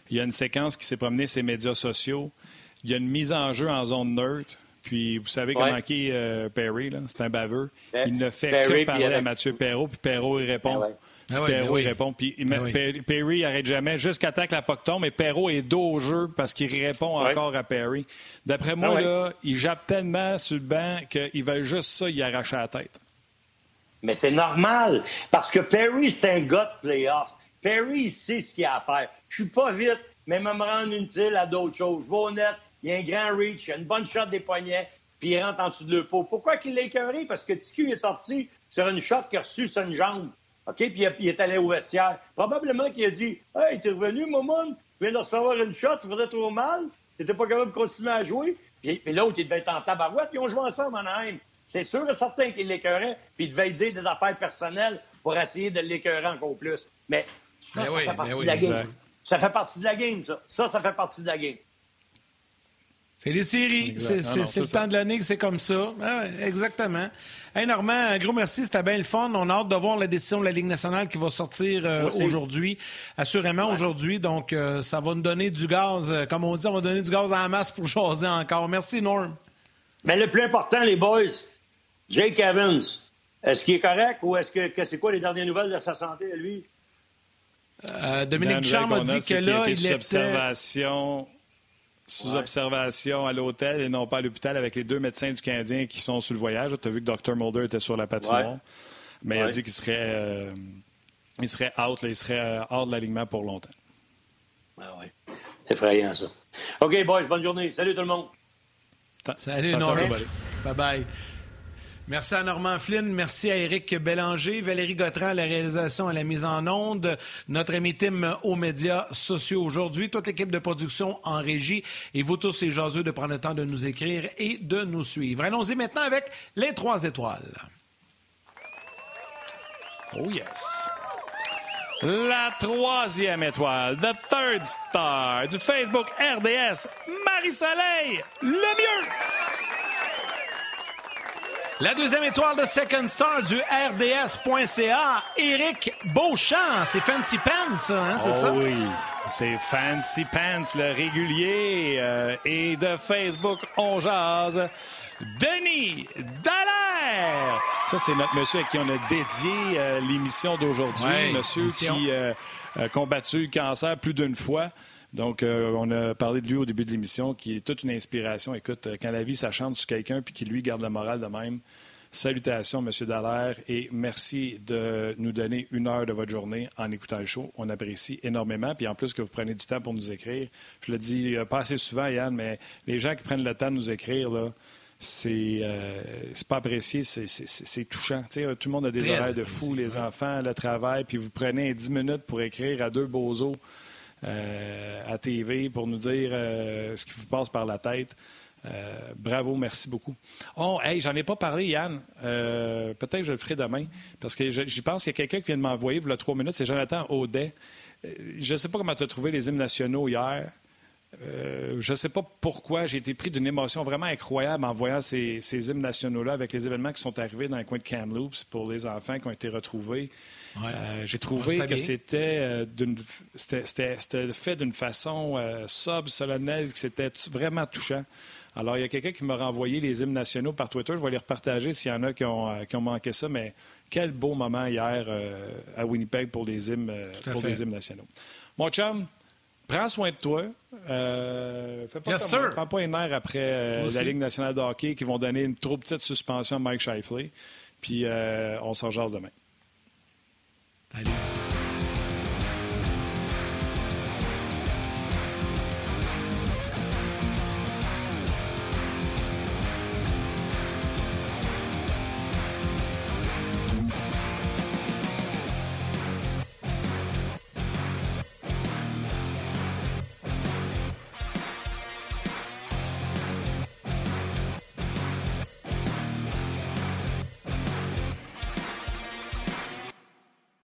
Il y a une séquence qui s'est promenée sur les médias sociaux. Il y a une mise en jeu en zone neutre. Puis vous savez comment qui est Perry, là? C'est un baveux. Il ne fait que parler à Mathieu Perreault, puis Perreault, il répond. Perreault, il répond. Puis Perry n'arrête jamais jusqu'à temps que la puck tombe, mais Perreault est dos au jeu parce qu'il répond encore à Perry. D'après moi, là, il jappe tellement sur le banc qu'il veut juste ça, il arrache la tête. Mais c'est normal, parce que Perry, c'est un gars de playoff. Perry, il sait ce qu'il a à faire. Je suis pas vite, mais me rendre utile à d'autres choses. Je vais au net, il y a un grand reach, il y a une bonne shot des poignets, puis il rentre en dessous de le pot. Pourquoi qu'il l'a écœuré? Parce que TQ est sorti sur une shot qu'il a reçue sur une jambe. OK? Puis il est allé au vestiaire. Probablement qu'il a dit « Hey, t'es revenu, Momon? Tu viens de recevoir une shot, tu faisais trop mal? T'étais pas capable de continuer à jouer? » Puis l'autre, il devait être en tabarouette. Ils ont joué ensemble en Anaheim. C'est sûr et certain qu'il l'écœurait, puis il devait dire des affaires personnelles pour essayer de l'écœurer encore plus. Mais ça fait partie de la game. Ça fait partie de la game, ça. Ça fait partie de la game. C'est les séries. C'est le temps de l'année que c'est comme ça. Ah ouais, exactement. Hey Normand, un gros merci. C'était bien le fun. On a hâte de voir la décision de la Ligue nationale qui va sortir aujourd'hui. Assurément aujourd'hui. Donc, ça va nous donner du gaz. Comme on dit, on va donner du gaz en masse pour jaser encore. Merci, Norm. Mais le plus important, les boys, Jake Evans, est-ce qu'il est correct ou est-ce que c'est quoi les dernières nouvelles de sa santé à lui? Dominique Ducharme a dit que là, il était sous observation à l'hôtel et non pas à l'hôpital avec les 2 médecins du Canadien qui sont sur le voyage. Tu as vu que Dr. Mulder était sur la patinoire. Mais il a dit qu'il serait out, là, il serait hors de l'alignement pour longtemps. Ah oui. C'est effrayant, ça. OK, boys, bonne journée. Salut tout le monde. Salut, Norm. Bye-bye. Merci à Normand Flynn, merci à Éric Bélanger, Valérie Gautran à la réalisation, à la mise en onde, notre ami Tim aux médias sociaux aujourd'hui, toute l'équipe de production en régie et vous tous les jaseux de prendre le temps de nous écrire et de nous suivre. Allons-y maintenant avec les 3 étoiles. Oh yes! La 3e étoile, the third star du Facebook RDS, Marie-Soleil, le mieux! La 2e étoile de Second Star du RDS.ca, Éric Beauchamp. C'est Fancy Pants, ça, hein, c'est ça? Oui, c'est Fancy Pants, le régulier. Et de Facebook, on jase, Denis Dallaire. Ça, c'est notre monsieur à qui on a dédié l'émission d'aujourd'hui. Monsieur qui a combattu le cancer plus d'une fois. Donc, on a parlé de lui au début de l'émission, qui est toute une inspiration. Écoute, quand la vie s'acharne sur quelqu'un puis qui, lui, garde la morale de même, salutations, M. Dallaire, et merci de nous donner 1 heure de votre journée en écoutant le show. On apprécie énormément. Puis en plus que vous prenez du temps pour nous écrire, je le dis pas assez souvent, Yann, mais les gens qui prennent le temps de nous écrire, là, c'est pas apprécié, c'est touchant. Tu sais, tout le monde a des horaires de fou, les enfants, le travail, puis vous prenez 10 minutes pour écrire à 2 bozos à TV pour nous dire ce qui vous passe par la tête. Bravo, merci beaucoup. Oh, hey, j'en ai pas parlé, Yann. Peut-être que je le ferai demain, parce que j'y pense qu'il y a quelqu'un qui vient de m'envoyer pour 3 minutes, c'est Jonathan Audet. Je ne sais pas comment tu as trouvé les hymnes nationaux hier. Je ne sais pas pourquoi. J'ai été pris d'une émotion vraiment incroyable en voyant ces hymnes nationaux-là avec les événements qui sont arrivés dans le coin de Kamloops pour les enfants qui ont été retrouvés. Ouais. J'ai trouvé que c'était fait d'une façon sobre, solennelle, que c'était vraiment touchant. Alors, il y a quelqu'un qui m'a renvoyé les hymnes nationaux par Twitter. Je vais les repartager s'il y en a qui ont manqué ça, mais quel beau moment hier à Winnipeg pour les hymnes nationaux. Mon chum, prends soin de toi. Fais pas comme moi. Prends pas une heure après la Ligue nationale de hockey qui vont donner une trop petite suspension à Mike Scheifele. Puis on s'en jase demain. Salut.